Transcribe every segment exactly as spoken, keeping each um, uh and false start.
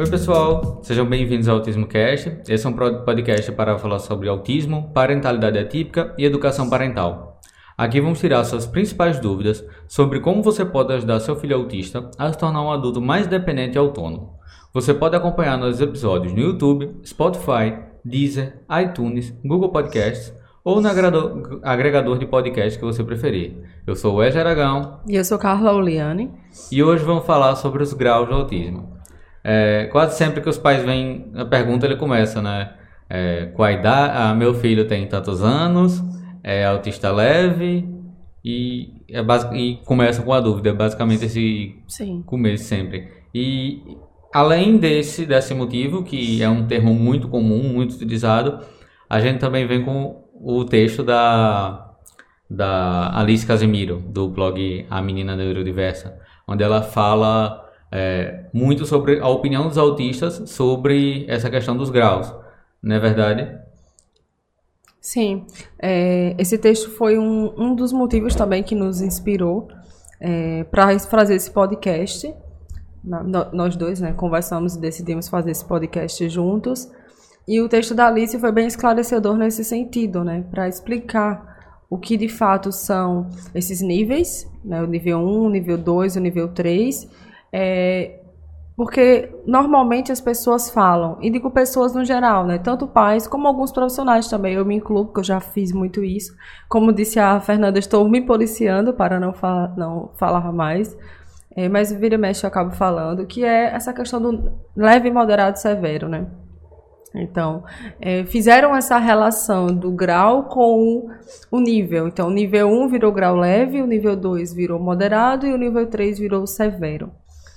Oi pessoal, sejam bem-vindos ao Autismo Cast. Esse é um podcast para falar sobre autismo, parentalidade atípica e educação parental. Aqui vamos tirar suas principais dúvidas sobre como você pode ajudar seu filho autista a se tornar um adulto mais dependente e autônomo. Você pode acompanhar nossos episódios no YouTube, Spotify, Deezer, iTunes, Google Podcasts ou no agregador, agregador de podcast que você preferir. Eu sou o Wesley Aragão. E eu sou Carla Oliane. E hoje vamos falar sobre os graus do autismo. É, quase sempre que os pais vêm a pergunta, ele começa, né? É, qual a idade? Ah, meu filho tem tantos anos, é autista leve e, é basic, e começa com a dúvida. É basicamente esse Sim. começo sempre. E além desse, desse motivo, que é um termo muito comum, muito utilizado, a gente também vem com o texto da, da Alice Casemiro, do blog A Menina Neurodiversa, onde ela fala é, muito sobre a opinião dos autistas sobre essa questão dos graus. Não é verdade? Sim. É, esse texto foi um, um dos motivos também que nos inspirou é, para fazer esse podcast. Na, no, nós dois, né, conversamos e decidimos fazer esse podcast juntos. E o texto da Alice foi bem esclarecedor nesse sentido, né, para explicar o que de fato são esses níveis, né, o nível um, o nível dois, o nível três, é, porque normalmente as pessoas falam, e digo pessoas no geral, né, tanto pais como alguns profissionais também, eu me incluo, porque eu já fiz muito isso. Como disse a Fernanda, estou me policiando para não, fa- não falar mais, é, mas vira e mexe eu acabo falando, que é essa questão do leve, moderado e severo, né. Então, é, fizeram essa relação do grau com o nível. Então, o nível um virou grau leve, o nível dois virou moderado e o nível três virou severo.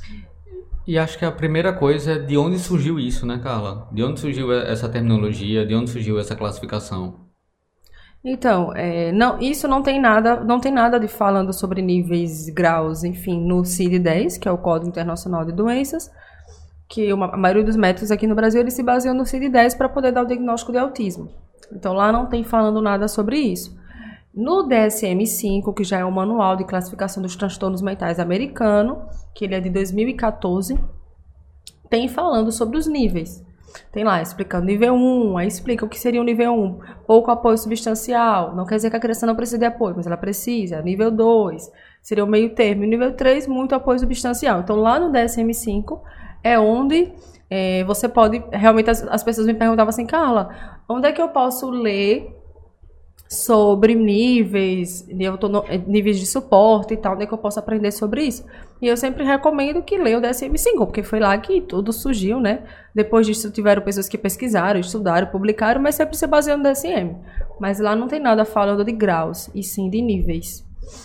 E acho que a primeira coisa é de onde surgiu isso, né, Carla? De onde surgiu essa terminologia, de onde surgiu essa classificação? Então, é, não, isso não tem nada, não tem nada de falando sobre níveis, graus, enfim, no C I D dez, que é o Código Internacional de Doenças, que uma, a maioria dos métodos aqui no Brasil eles se baseiam no C I D dez para poder dar o diagnóstico de autismo. Então, lá não tem falando nada sobre isso. No D S M cinco, que já é o Manual de Classificação dos Transtornos Mentais americano, que ele é de dois mil e quatorze, tem falando sobre os níveis. Tem lá, explicando nível um, aí explica o que seria o nível um. Pouco apoio substancial, não quer dizer que a criança não precisa de apoio, mas ela precisa. Nível dois, seria o meio termo. E nível três, muito apoio substancial. Então, lá no D S M cinco, é onde é, você pode... Realmente, as, as pessoas me perguntavam assim, Carla, onde é que eu posso ler sobre níveis, níveis de suporte e tal, onde é que eu posso aprender sobre isso? E eu sempre recomendo que leia o D S M cinco, porque foi lá que tudo surgiu, né? Depois disso tiveram pessoas que pesquisaram, estudaram, publicaram, mas sempre se baseando no D S M. Mas lá não tem nada falando de graus, e sim de níveis.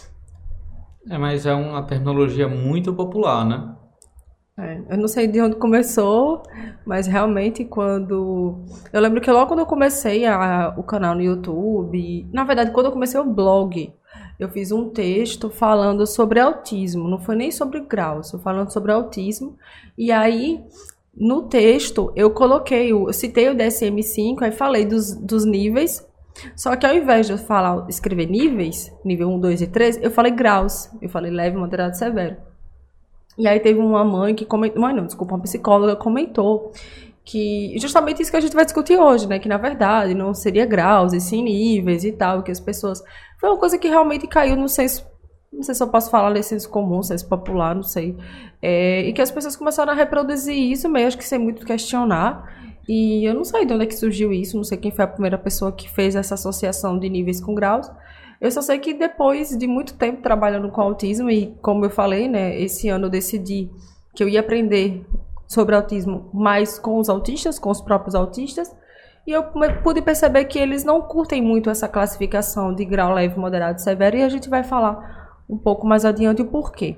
É, mas é uma terminologia muito popular, né? É, eu não sei de onde começou, mas realmente quando... Eu lembro que logo quando eu comecei a, o canal no YouTube, na verdade quando eu comecei o blog, eu fiz um texto falando sobre autismo, não foi nem sobre graus, eu falando sobre autismo, e aí no texto eu coloquei, eu citei o D S M cinco, aí falei dos, dos níveis, só que ao invés de eu falar, escrever níveis, nível um, dois e três, eu falei graus, eu falei leve, moderado e severo. E aí teve uma mãe que comentou, mãe não, desculpa, uma psicóloga comentou que justamente isso que a gente vai discutir hoje, né, que na verdade não seria graus e sim níveis e tal, que as pessoas... Foi uma coisa que realmente caiu no senso, não sei se eu posso falar de senso comum, senso popular, não sei, é, e que as pessoas começaram a reproduzir isso mesmo, acho que sem muito questionar, e eu não sei de onde é que surgiu isso, não sei quem foi a primeira pessoa que fez essa associação de níveis com graus. Eu só sei que depois de muito tempo trabalhando com autismo, e como eu falei, né, esse ano eu decidi que eu ia aprender sobre autismo mais com os autistas, com os próprios autistas, e eu pude perceber que eles não curtem muito essa classificação de grau leve, moderado e severo, e a gente vai falar um pouco mais adiante o porquê.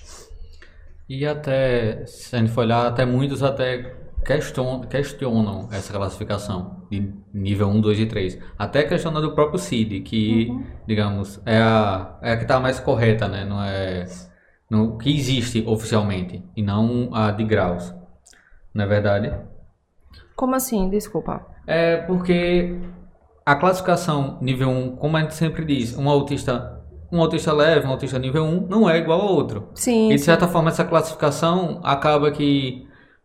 E até, se a gente for olhar, até muitos até questionam, questionam essa classificação de nível um, dois e três. Até questionando o próprio C I D, que, uhum. digamos, é a, é a que está mais correta, né? Não é, no, que existe oficialmente, e não a de graus. Não é verdade? Como assim? Desculpa. É porque a classificação nível um, como a gente sempre diz, um autista, um autista leve, um autista nível um, não é igual ao outro. Sim, e de sim. certa forma essa classificação acaba que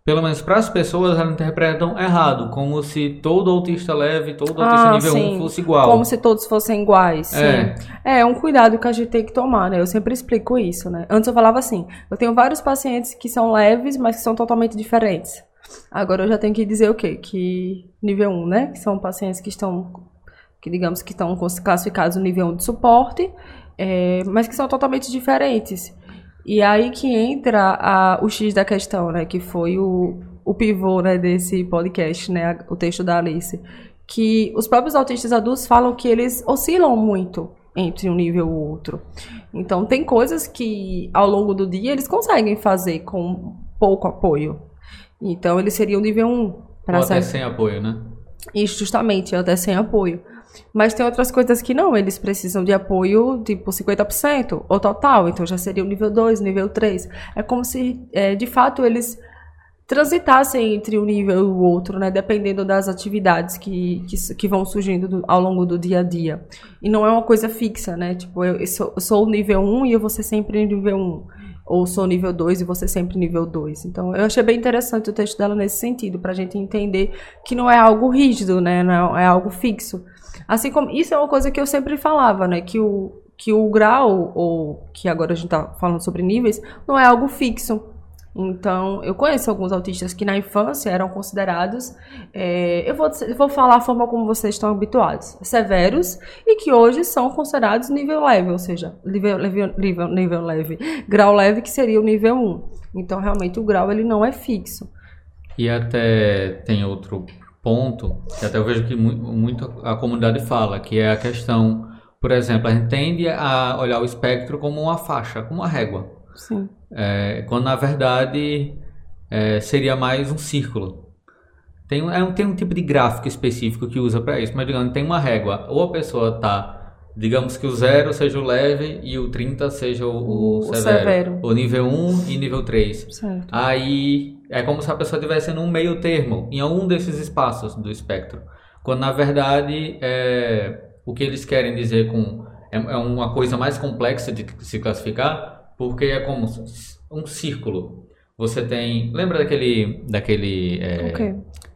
pelo menos para as pessoas, elas interpretam errado, como se todo autista leve, todo autista Ah, nível sim. um fosse igual. Como se todos fossem iguais, sim. É. É um cuidado que a gente tem que tomar, né? Eu sempre explico isso, né? Antes eu falava assim, eu tenho vários pacientes que são leves, mas que são totalmente diferentes. Agora eu já tenho que dizer o quê? Que nível um, né? Que são pacientes que estão, que digamos que estão classificados no nível um de suporte, é, mas que são totalmente diferentes. E aí que entra a, o X da questão, né? Que foi o, o pivô, né, desse podcast, né? O texto da Alice. Que os próprios autistas adultos falam que eles oscilam muito entre um nível e o outro. Então, tem coisas que, ao longo do dia, eles conseguem fazer com pouco apoio. Então, eles seriam nível um. Ou até ser... sem apoio, né? Isso, justamente, até sem apoio. Mas tem outras coisas que não, eles precisam de apoio tipo cinquenta por cento ou total, então já seria o nível dois, nível três. É como se, é, de fato, eles transitassem entre um nível e o outro, né, dependendo das atividades que, que, que vão surgindo do, ao longo do dia a dia. E não é uma coisa fixa, né, tipo, eu, eu, sou, eu sou o nível um e eu vou ser sempre nível um. Ou sou nível dois e você sempre nível dois. Então, eu achei bem interessante o texto dela nesse sentido, para a gente entender que não é algo rígido, né? Não é, é algo fixo. Assim como, isso é uma coisa que eu sempre falava, né? Que o, que o grau, ou que agora a gente está falando sobre níveis, não é algo fixo. Então, eu conheço alguns autistas que na infância eram considerados, é, eu, vou, eu vou falar a forma como vocês estão habituados, severos, e que hoje são considerados nível leve, ou seja, nível, nível, nível, nível leve, grau leve, que seria o nível um. Então, realmente, o grau ele não é fixo. E até tem outro ponto, que até eu vejo que muito a comunidade fala, que é a questão, por exemplo, a gente tende a olhar o espectro como uma faixa, como uma régua. Sim. É, quando na verdade é, seria mais um círculo. Tem, é um, tem um tipo de gráfico específico que usa para isso, mas digamos, tem uma régua. Ou a pessoa tá, digamos que o zero seja o leve e o trinta seja o, o, o severo. severo. O nível um e nível três. Certo. Aí é como se a pessoa estivesse num meio termo, em algum desses espaços do espectro. Quando na verdade é, o que eles querem dizer com é, é uma coisa mais complexa de se classificar. Porque é como um círculo. Você tem... Lembra daquele... daquele é, okay.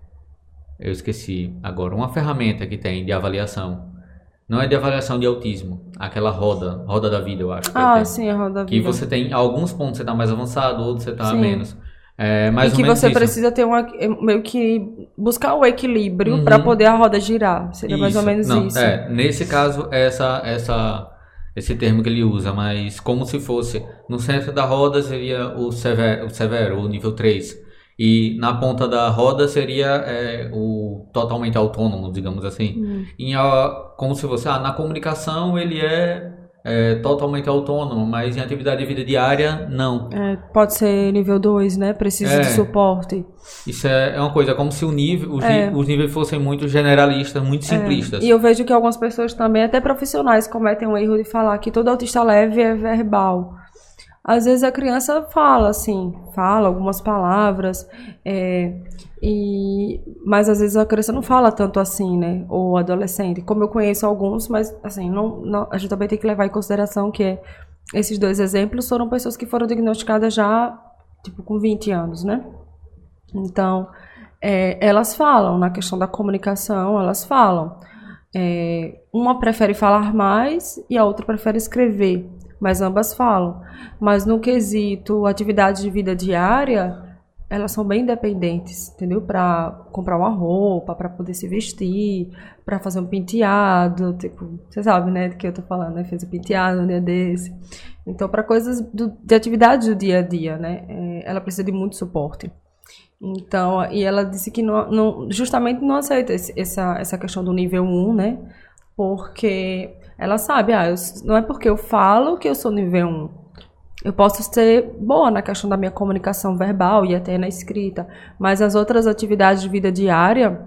Eu esqueci agora. Uma ferramenta que tem de avaliação. Não é de avaliação de autismo. Aquela roda. Roda da vida, eu acho. Que ah, sim, a roda da vida. Que você tem... Alguns pontos você está mais avançado, outros você está menos. É, mais e ou que menos você isso. precisa ter uma... Meio que... Buscar o equilíbrio Uhum. para poder a roda girar. Seria isso. mais ou menos Não, isso. É, nesse caso, essa... essa esse termo que ele usa, mas como se fosse no centro da roda seria o severo, o, severo, o nível três, e na ponta da roda seria é, o totalmente autônomo, digamos assim. Hum. E a, como se fosse, ah, na comunicação ele é, é totalmente autônomo, mas em atividade de vida diária, não. É, pode ser nível dois, né? Precisa é, de suporte. Isso é, é uma coisa, é como se o nível, os, é. os níveis fossem muito generalistas, muito simplistas. É. E eu vejo que algumas pessoas também, até profissionais, cometem o erro de falar que todo autista leve é verbal. Às vezes a criança fala, assim, fala algumas palavras, é, e, mas às vezes a criança não fala tanto assim, né? Ou adolescente. Como eu conheço alguns, mas assim, não, não, a gente também tem que levar em consideração que é, esses dois exemplos foram pessoas que foram diagnosticadas já, tipo, com vinte anos, né? Então, é, elas falam, na questão da comunicação, elas falam. É, uma prefere falar mais e a outra prefere escrever, mas ambas falam. Mas no quesito atividade de vida diária, elas são bem independentes, entendeu? Para comprar uma roupa, para poder se vestir, para fazer um penteado, tipo, você sabe, né, do que eu tô falando, né? Fez um penteado um dia desse. Então, para coisas do, de atividade do dia a dia, né? É, ela precisa de muito suporte. Então, e ela disse que não, não, justamente não aceita esse, essa, essa questão do nível um, né? Porque ela sabe, ah, eu, não é porque eu falo que eu sou nível um. Eu posso ser boa na questão da minha comunicação verbal e até na escrita, mas as outras atividades de vida diária,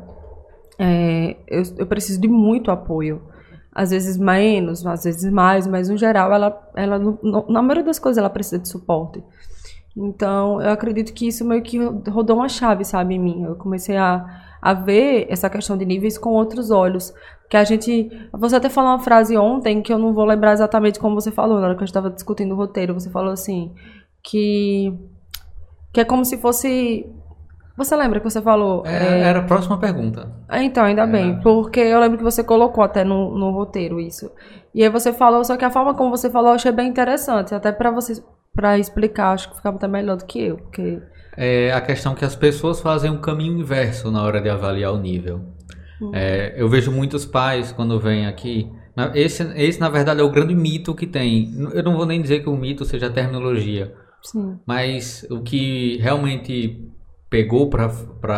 é, eu, eu preciso de muito apoio. Às vezes menos, às vezes mais, mas no geral, ela, ela, na maioria das coisas, ela precisa de suporte. Então, eu acredito que isso meio que rodou uma chave, sabe, em mim. Eu comecei a, a ver essa questão de níveis com outros olhos. Que a gente... Você até falou uma frase ontem que eu não vou lembrar exatamente como você falou, na hora que a gente estava discutindo o roteiro. Você falou assim, que, que é como se fosse Você lembra que você falou... É, é... Era a próxima pergunta. Então, ainda era... bem, porque eu lembro que você colocou até no, no roteiro isso. E aí você falou, só que a forma como você falou eu achei bem interessante, até pra você, pra explicar, acho que ficava até melhor do que eu, porque... É a questão que as pessoas fazem um caminho inverso na hora de avaliar o nível. Hum. É, eu vejo muitos pais, quando vêm aqui... Esse, esse, na verdade, é o grande mito que tem. Eu não vou nem dizer que o mito seja a terminologia. Sim. Mas o que realmente pegou para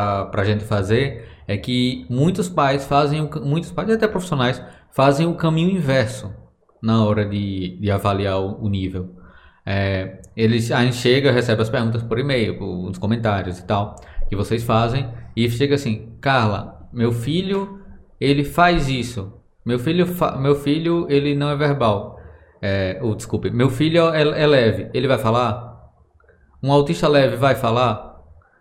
a gente fazer é que muitos pais fazem, o, muitos pais e até profissionais, fazem o caminho inverso na hora de, de avaliar o, o nível. É, eles, a gente chega, recebe as perguntas por e-mail, os comentários e tal, que vocês fazem, e chega assim, Carla, meu filho, ele faz isso. Meu filho, fa meu filho, ele não é verbal. É, oh, desculpe, meu filho é, é leve, ele vai falar? Um autista leve vai falar?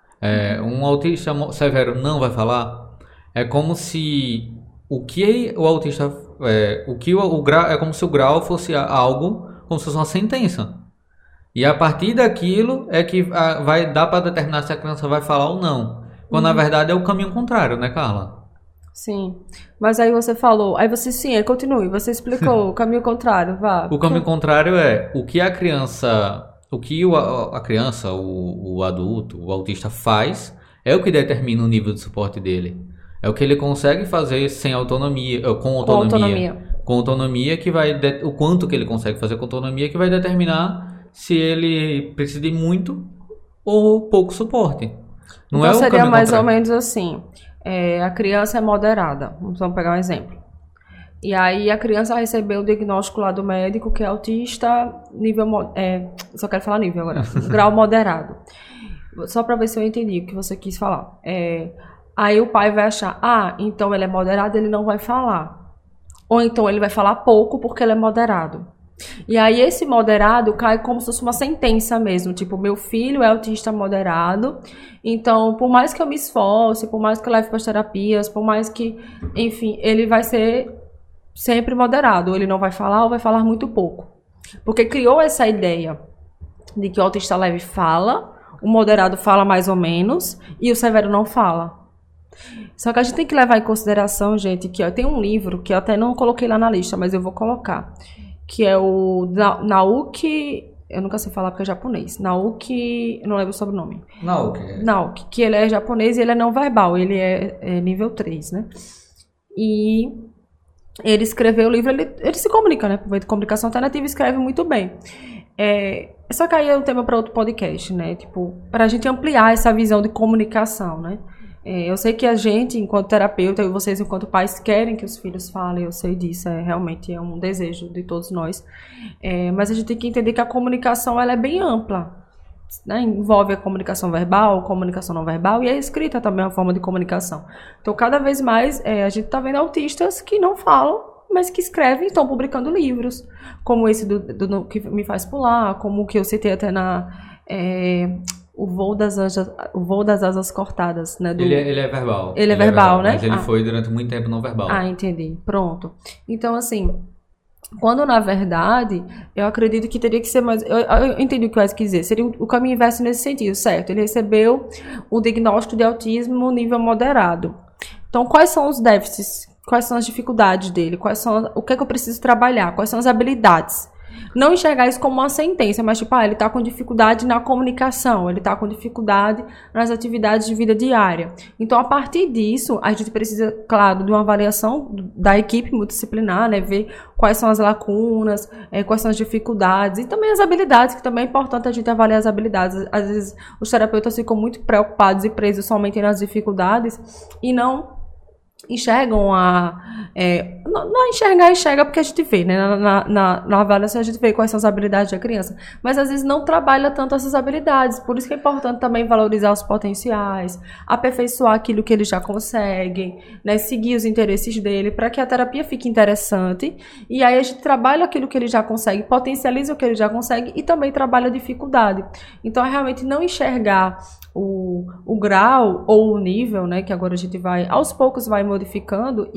É, um autista severo não vai falar? É como se o que o autista, é, o que o, o grau, é como se o grau fosse algo, como se fosse uma sentença. E a partir daquilo é que a, vai dar para determinar se a criança vai falar ou não. Quando uhum. na verdade é o caminho contrário, né, Carla? Sim, mas aí você falou, aí você sim, continue, você explicou o caminho contrário, vá. O caminho contrário é o que a criança, o que o, a criança, o, o adulto, o autista faz, é o que determina o nível de suporte dele. É o que ele consegue fazer sem autonomia, com autonomia. Com autonomia, com autonomia que vai, de, o quanto que ele consegue fazer com autonomia que vai determinar se ele precisa de muito ou pouco suporte. Não então é o seria caminho mais contrário. ou menos assim. É, a criança é moderada, vamos pegar um exemplo. E aí a criança recebeu o diagnóstico lá do médico que é autista, nível, é, só quero falar nível agora, grau moderado. Só para ver se eu entendi o que você quis falar. É, aí o pai vai achar, ah, então ele é moderado, ele não vai falar. Ou então ele vai falar pouco porque ele é moderado. E aí esse moderado cai como se fosse uma sentença mesmo, tipo, meu filho é autista moderado, então por mais que eu me esforce, por mais que eu leve para as terapias, por mais que, enfim, ele vai ser sempre moderado, ele não vai falar ou vai falar muito pouco. Porque criou essa ideia de que o autista leve fala, o moderado fala mais ou menos e o severo não fala. Só que a gente tem que levar em consideração, gente, que ó, tem um livro que eu até não coloquei lá na lista, mas eu vou colocar, que é o Na Naoki, eu nunca sei falar porque é japonês, Naoki, eu não lembro o sobrenome. Naoki. Naoki, que ele é japonês e ele é não verbal, ele é, é nível três, né? E ele escreveu o livro, ele, ele se comunica, né? Por meio de comunicação alternativa, escreve muito bem. É, só que aí é um tema para outro podcast, né? Tipo, para a gente ampliar essa visão de comunicação, né? É, eu sei que a gente, enquanto terapeuta, e vocês, enquanto pais, querem que os filhos falem, eu sei disso, é realmente é um desejo de todos nós. É, mas a gente tem que entender que a comunicação ela é bem ampla, né? Envolve a comunicação verbal, comunicação não verbal, e a escrita também é uma forma de comunicação. Então, cada vez mais, é, a gente está vendo autistas que não falam, mas que escrevem e estão publicando livros, como esse do, do, do que me faz pular, como o que eu citei até na... É, O voo das asas, o voo das asas cortadas, né? Do... Ele, é, ele é verbal. Ele é, ele verbal, é verbal, né? Mas ele ah. foi durante muito tempo não verbal. Ah, entendi. Pronto. Então, assim, quando na verdade, eu acredito que teria que ser mais... Eu, eu entendi o que o Wes quis dizer. Seria o caminho inverso nesse sentido, certo? Ele recebeu o diagnóstico de autismo nível moderado. Então, quais são os déficits? Quais são as dificuldades dele? Quais são, o que é que eu preciso trabalhar? Quais são as habilidades? Não enxergar isso como uma sentença, mas tipo, ah, ele está com dificuldade na comunicação, ele está com dificuldade nas atividades de vida diária. Então, a partir disso, a gente precisa, claro, de uma avaliação da equipe multidisciplinar, né? Ver quais são as lacunas, é, quais são as dificuldades e também as habilidades, que também é importante a gente avaliar as habilidades. Às vezes, os terapeutas ficam muito preocupados e presos somente nas dificuldades e não enxergam a... É, não, não enxergar, enxerga porque a gente vê, né? Na, na, na, na avaliação a gente vê quais são as habilidades da criança. Mas às vezes não trabalha tanto essas habilidades. Por isso que é importante também valorizar os potenciais, aperfeiçoar aquilo que eles já conseguem, né? Seguir os interesses dele para que a terapia fique interessante. E aí a gente trabalha aquilo que ele já consegue, potencializa o que ele já consegue e também trabalha a dificuldade. Então é realmente não enxergar o, o grau ou o nível, né? Que agora a gente vai, aos poucos vai modificando e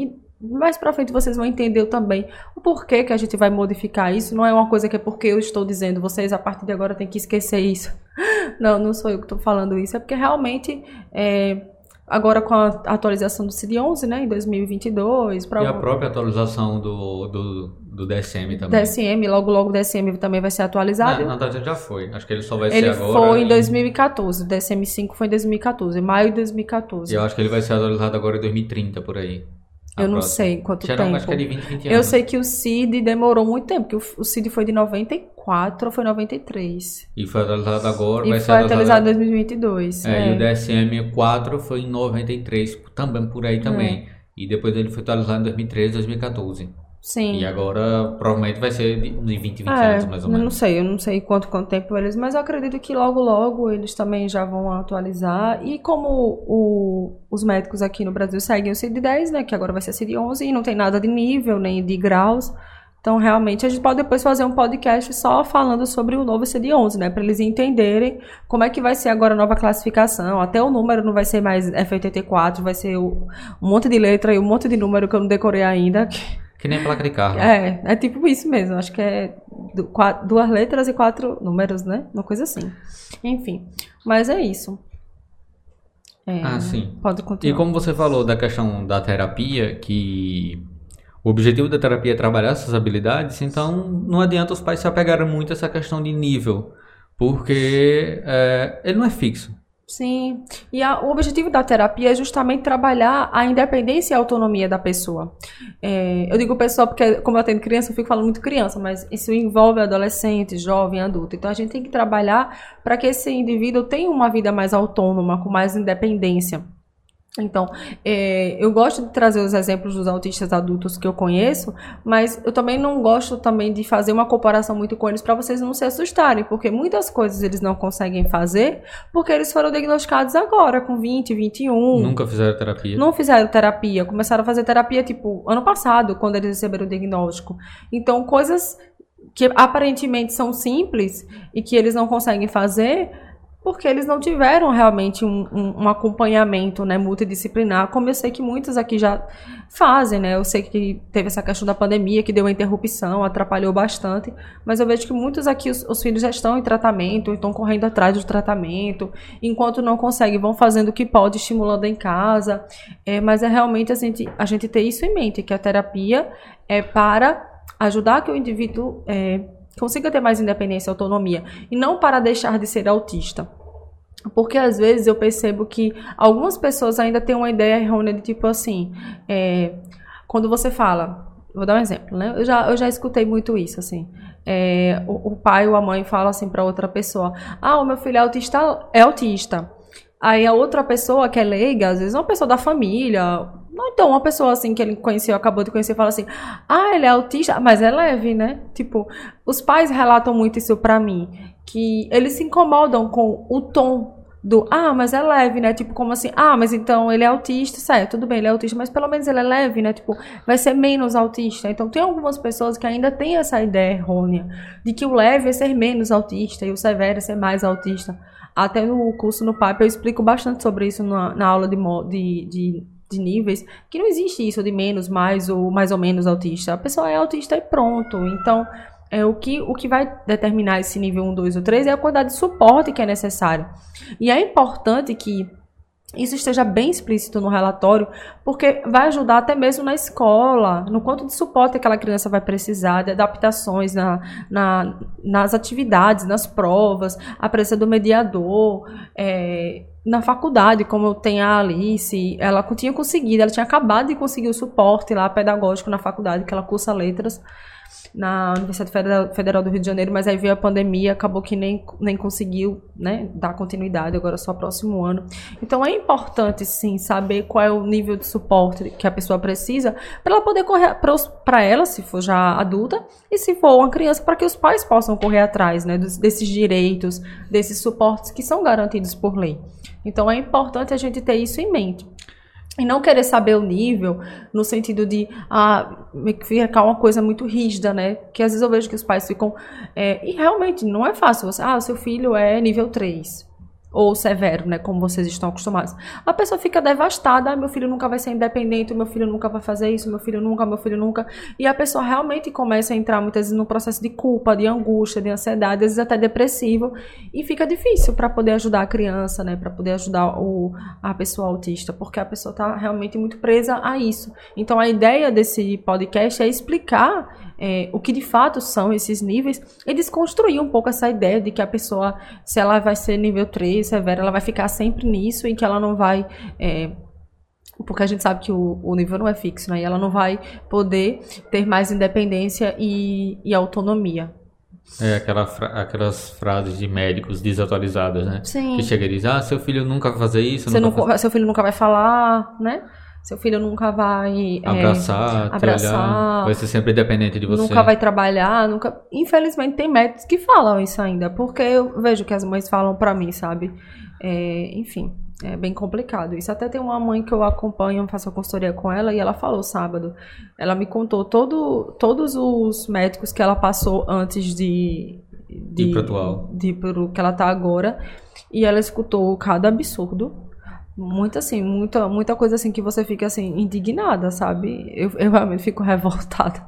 mais pra frente vocês vão entender também o porquê que a gente vai modificar isso. Não é uma coisa que é porque eu estou dizendo, vocês a partir de agora têm que esquecer isso. Não, não sou eu que estou falando isso, é porque realmente, é, agora com a atualização do C I D onze, né, em dois mil e vinte e dois... Pra... E a própria atualização do, do, do D S M também. D S M, logo logo o D S M também vai ser atualizado. Não, não, já foi, acho que ele só vai ele ser agora... Ele foi em dois mil e quatorze, o D S M cinco foi em dois mil e quatorze, maio de dois mil e quatorze. E eu acho que ele vai ser atualizado agora em dois mil e trinta, por aí. Eu não próxima. sei quanto Já tempo. Não, acho que é de vinte, vinte anos. Eu sei que o C I D demorou muito tempo, porque o C I D foi de noventa e quatro ou foi noventa e três. E foi atualizado agora, e vai foi ser atualizado em dois mil e vinte e dois. É, é. E o D S M quatro foi em noventa e três, também por aí também. É. E depois ele foi atualizado em dois mil e treze, dois mil e quatorze. Sim. E agora provavelmente vai ser de vinte, vinte é, anos mais ou menos. menos. Não sei, eu não sei quanto, quanto tempo eles, mas eu acredito que logo logo eles também já vão atualizar. E como o, os médicos aqui no Brasil seguem o C I D dez, né, que agora vai ser C I D onze, e não tem nada de nível nem de graus, então realmente a gente pode depois fazer um podcast só falando sobre o novo C I D onze, né, para eles entenderem como é que vai ser agora a nova classificação. Até o número não vai ser mais F oitenta e quatro, vai ser o, um monte de letra e um monte de número que eu não decorei ainda. Que nem placa de carro. É, é tipo isso mesmo. Acho que é du quatro, duas letras e quatro números, né? Uma coisa assim. Enfim, mas é isso. É, ah, sim. Pode continuar. E como você falou da questão da terapia, que o objetivo da terapia é trabalhar essas habilidades, então não adianta os pais se apegarem muito a essa questão de nível, porque é, ele não é fixo. Sim, e a, o objetivo da terapia é justamente trabalhar a independência e a autonomia da pessoa. É, eu digo pessoa porque, como eu atendo criança, eu fico falando muito criança, mas isso envolve adolescente, jovem, adulto. Então a gente tem que trabalhar para que esse indivíduo tenha uma vida mais autônoma, com mais independência. Então, é, eu gosto de trazer os exemplos dos autistas adultos que eu conheço, mas eu também não gosto também de fazer uma comparação muito com eles para vocês não se assustarem, porque muitas coisas eles não conseguem fazer porque eles foram diagnosticados agora, com vinte, vinte e um. Nunca fizeram terapia. Não fizeram terapia, começaram a fazer terapia, tipo, ano passado, quando eles receberam o diagnóstico. Então, coisas que aparentemente são simples e que eles não conseguem fazer porque eles não tiveram realmente um, um, um acompanhamento, né, multidisciplinar, como eu sei que muitos aqui já fazem, né? Eu sei que teve essa questão da pandemia, que deu uma interrupção, atrapalhou bastante, mas eu vejo que muitos aqui, os, os filhos já estão em tratamento, estão correndo atrás do tratamento, enquanto não conseguem, vão fazendo o que pode, estimulando em casa, é, mas é realmente a gente, a gente ter isso em mente, que a terapia é para ajudar que o indivíduo... É, consiga ter mais independência e autonomia, e não para deixar de ser autista. Porque às vezes eu percebo que algumas pessoas ainda têm uma ideia errônea de tipo assim, é, quando você fala, vou dar um exemplo, né? Eu já, eu já escutei muito isso, assim, é, o, o pai ou a mãe fala assim para outra pessoa, ah, o meu filho é autista, é autista. Aí a outra pessoa que é leiga, às vezes uma pessoa da família, não, então uma pessoa assim que ele conheceu, acabou de conhecer, fala assim, ah, ele é autista, mas é leve, né? Tipo, os pais relatam muito isso pra mim, que eles se incomodam com o tom do, ah, mas é leve, né? Tipo, como assim, ah, mas então ele é autista, certo, tudo bem, ele é autista, mas pelo menos ele é leve, né? Tipo, vai ser menos autista. Então tem algumas pessoas que ainda têm essa ideia errônea de que o leve é ser menos autista e o severo é ser mais autista. Até no curso no P A P eu explico bastante sobre isso na, na aula de, de, de, de níveis, que não existe isso de menos, mais ou mais ou menos autista. A pessoa é autista e pronto. Então, é, o, que, o que vai determinar esse nível um, dois ou três é a quantidade de suporte que é necessário. E é importante que isso esteja bem explícito no relatório, porque vai ajudar até mesmo na escola, no quanto de suporte aquela criança vai precisar, de adaptações na, na, nas atividades, nas provas, a presença do mediador, é, na faculdade, como tem a Alice, ela tinha conseguido, ela tinha acabado de conseguir o suporte lá pedagógico na faculdade, que ela cursa letras, na Universidade Federal do Rio de Janeiro, mas aí veio a pandemia, acabou que nem, nem conseguiu, né, dar continuidade, agora só próximo ano. Então é importante, sim, saber qual é o nível de suporte que a pessoa precisa para ela poder correr para ela, se for já adulta, e se for uma criança, para que os pais possam correr atrás, né, desses direitos, desses suportes que são garantidos por lei. Então é importante a gente ter isso em mente. E não querer saber o nível no sentido de ah, ficar uma coisa muito rígida, né? Que às vezes eu vejo que os pais ficam... É, e realmente não é fácil. Você, ah, o seu filho é nível três. ou severo, né, como vocês estão acostumados. A pessoa fica devastada, ah, meu filho nunca vai ser independente, meu filho nunca vai fazer isso, meu filho nunca, meu filho nunca. E a pessoa realmente começa a entrar muitas vezes num processo de culpa, de angústia, de ansiedade, às vezes até depressivo, e fica difícil para poder ajudar a criança, né, para poder ajudar o, a pessoa autista, porque a pessoa está realmente muito presa a isso. Então a ideia desse podcast é explicar é, o que de fato são esses níveis e desconstruir um pouco essa ideia de que a pessoa, se ela vai ser nível três, severa, ela vai ficar sempre nisso e que ela não vai... É, porque a gente sabe que o, o nível não é fixo, né? E ela não vai poder ter mais independência e, e autonomia. É aquela fra- aquelas frases de médicos desatualizadas, né? Sim. Que chega e diz, ah, seu filho nunca vai fazer isso, Você nunca não, faz... seu filho nunca vai falar, né? Seu filho nunca vai... abraçar, é, te abraçar, olhar, vai ser sempre dependente de você. Nunca vai trabalhar, nunca... Infelizmente tem médicos que falam isso ainda, porque eu vejo que as mães falam pra mim, sabe? É, enfim, é bem complicado isso. Até tem uma mãe que eu acompanho, faço a consultoria com ela, e ela falou sábado, ela me contou todo, todos os médicos que ela passou antes de... De, ir pro atual. De ir pro que ela tá agora, e ela escutou cada absurdo. Muito assim, muita, muita coisa assim que você fica assim, indignada, sabe? Eu, eu realmente fico revoltada.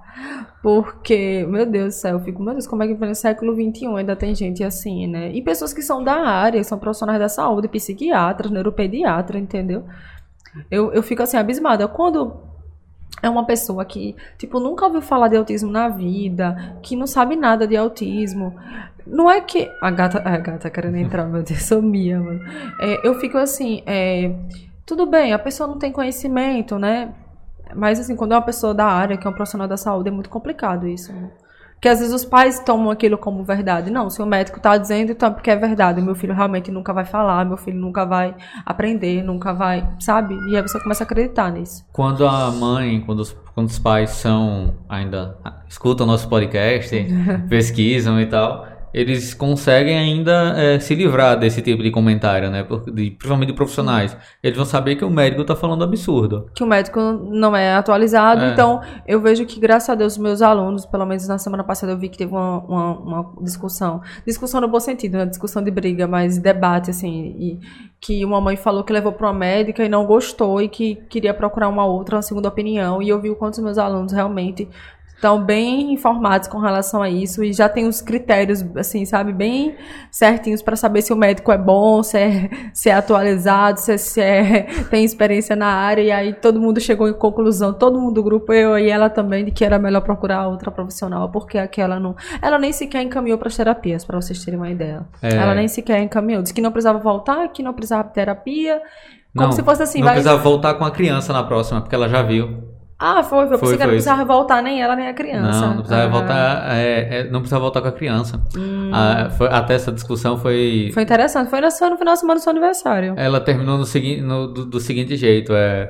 Porque, meu Deus do céu, eu fico, meu Deus, como é que no século vinte e um ainda tem gente assim, né? E pessoas que são da área, são profissionais da saúde, psiquiatras, neuropediatras, entendeu? Eu, eu fico assim, abismada. Quando é uma pessoa que, tipo, nunca ouviu falar de autismo na vida, que não sabe nada de autismo. Não é que... A gata, a gata querendo entrar, meu Deus, sou minha, mano. É, eu fico assim, é, tudo bem, a pessoa não tem conhecimento, né? Mas, assim, quando é uma pessoa da área, que é um profissional da saúde, é muito complicado isso, né? Porque às vezes os pais tomam aquilo como verdade. Não, se o médico está dizendo, então é porque é verdade. Meu filho realmente nunca vai falar, meu filho nunca vai aprender, nunca vai, sabe? E aí você começa a acreditar nisso. Quando a mãe, quando os, quando os pais são ainda escutam nosso podcast, pesquisam e tal, eles conseguem ainda é, se livrar desse tipo de comentário, né? Por, de, principalmente de profissionais. Eles vão saber que o médico está falando absurdo. Que o médico não é atualizado. É. Então, eu vejo que, graças a Deus, os meus alunos, pelo menos na semana passada, eu vi que teve uma, uma, uma discussão. Discussão no bom sentido, né? Discussão de briga, mas debate, assim. E que uma mãe falou que levou para uma médica e não gostou e que queria procurar uma outra, uma segunda opinião. E eu vi o quanto os meus alunos realmente... estão bem informados com relação a isso e já tem os critérios, assim, sabe, bem certinhos para saber se o médico é bom, se é, se é atualizado, se, é, se é, tem experiência na área. E aí todo mundo chegou em conclusão, todo mundo do grupo, eu e ela também, de que era melhor procurar outra profissional, porque aquela não... Ela nem sequer encaminhou para as terapias, para vocês terem uma ideia. É. Ela nem sequer encaminhou. Disse que não precisava voltar, que não precisava de terapia. Como não, se fosse assim... Não vai... precisava voltar com a criança na próxima, porque ela já viu. Ah, foi, foi. Eu pensei que não foi. precisava voltar nem ela, nem a criança. Não, não precisava ah. voltar, é, é, não precisava voltar com a criança. Hum. Ah, foi, até essa discussão foi... Foi interessante. Foi no, no final de semana do seu aniversário. Ela terminou no segui, no, do, do seguinte jeito, é...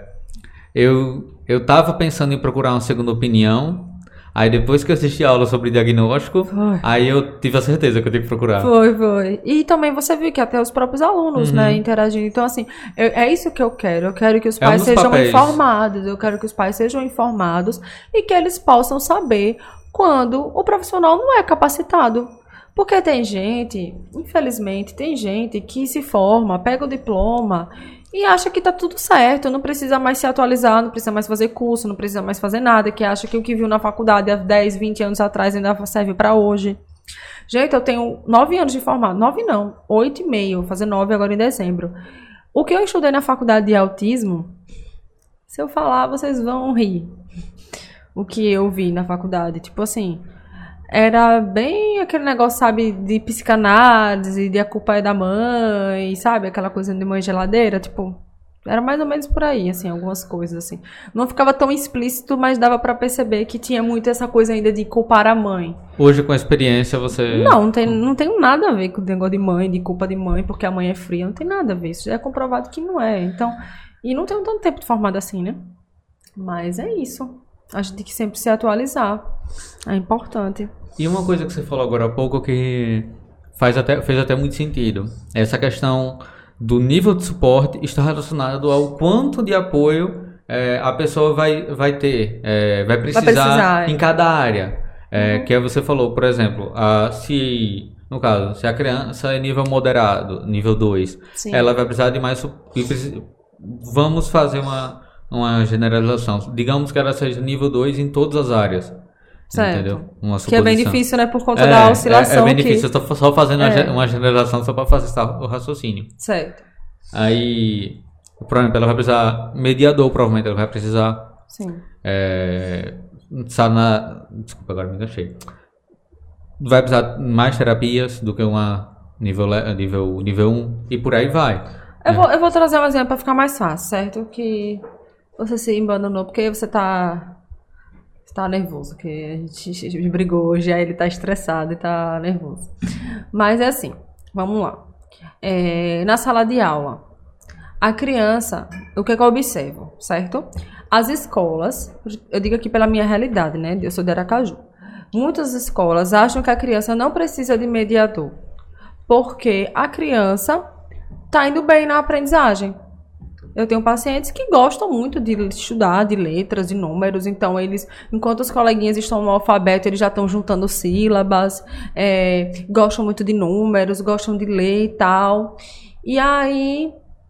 Eu, eu tava pensando em procurar uma segunda opinião, aí depois que eu assisti a aula sobre diagnóstico, foi. Aí eu tive a certeza que eu tenho que procurar. Foi, foi. E também você viu que até os próprios alunos, uhum. né, interagindo. Então, assim, eu, é isso que eu quero. Eu quero que os pais é um sejam papéis. informados. Eu quero que os pais sejam informados e que eles possam saber quando o profissional não é capacitado. Porque tem gente, infelizmente, tem gente que se forma, pega o diploma... E acha que tá tudo certo, não precisa mais se atualizar, não precisa mais fazer curso, não precisa mais fazer nada, que acha que o que viu na faculdade há dez, vinte anos atrás ainda serve para hoje. Gente, eu tenho nove anos de formado, nove não, oito e meio, vou fazer nove agora em dezembro. O que eu estudei na faculdade de autismo, se eu falar, vocês vão rir. O que eu vi na faculdade, tipo assim... Era bem aquele negócio, sabe, de psicanálise, de a culpa é da mãe, sabe? Aquela coisa de mãe geladeira, tipo... Era mais ou menos por aí, assim, algumas coisas, assim. Não ficava tão explícito, mas dava pra perceber que tinha muito essa coisa ainda de culpar a mãe. Hoje, com a experiência, você... Não, não tem, não tem nada a ver com o negócio de mãe, de culpa de mãe, porque a mãe é fria. Não tem nada a ver, isso já é comprovado que não é. Então, e não tenho tanto tempo de formado assim, né? Mas é isso. A gente tem que sempre se atualizar. É importante. E uma coisa que você falou agora há pouco que faz até, fez até muito sentido. Essa questão do nível de suporte está relacionado ao quanto de apoio é, a pessoa vai, vai ter, é, vai, precisar vai precisar em cada área. É, uhum. Que você falou, por exemplo, a, se no caso, se a criança é nível moderado, nível dois, Sim. ela vai precisar de mais... su- e preci- Vamos fazer uma, uma generalização. Digamos que ela seja nível dois em todas as áreas. Certo. Entendeu? Uma Que é bem suposição. difícil, né? Por conta É, da é, oscilação. é bem que... difícil. Eu tô só fazendo uma É. ge- uma generalização só para facilitar o raciocínio. Certo. Aí, por exemplo, ela vai precisar... Mediador, provavelmente, ela vai precisar... Sim. É, sabe, na, desculpa, agora me enganchei. Vai precisar mais terapias do que uma nível, le- nível, nível um e por aí vai. Eu, né? vou, eu vou trazer um exemplo pra ficar mais fácil, certo? Que você se abandonou porque você tá, você tá nervoso, que a gente, a gente brigou hoje, aí ele tá estressado e tá nervoso. Mas é assim, vamos lá. É, na sala de aula, a criança, o que, é que eu observo, certo? As escolas, eu digo aqui pela minha realidade, né? Eu sou de Aracaju. Muitas escolas acham que a criança não precisa de mediador, porque a criança tá indo bem na aprendizagem. Eu tenho pacientes que gostam muito de estudar, de letras, de números, então eles, enquanto os coleguinhas estão no alfabeto, eles já estão juntando sílabas, é, gostam muito de números, gostam de ler e tal. E aí...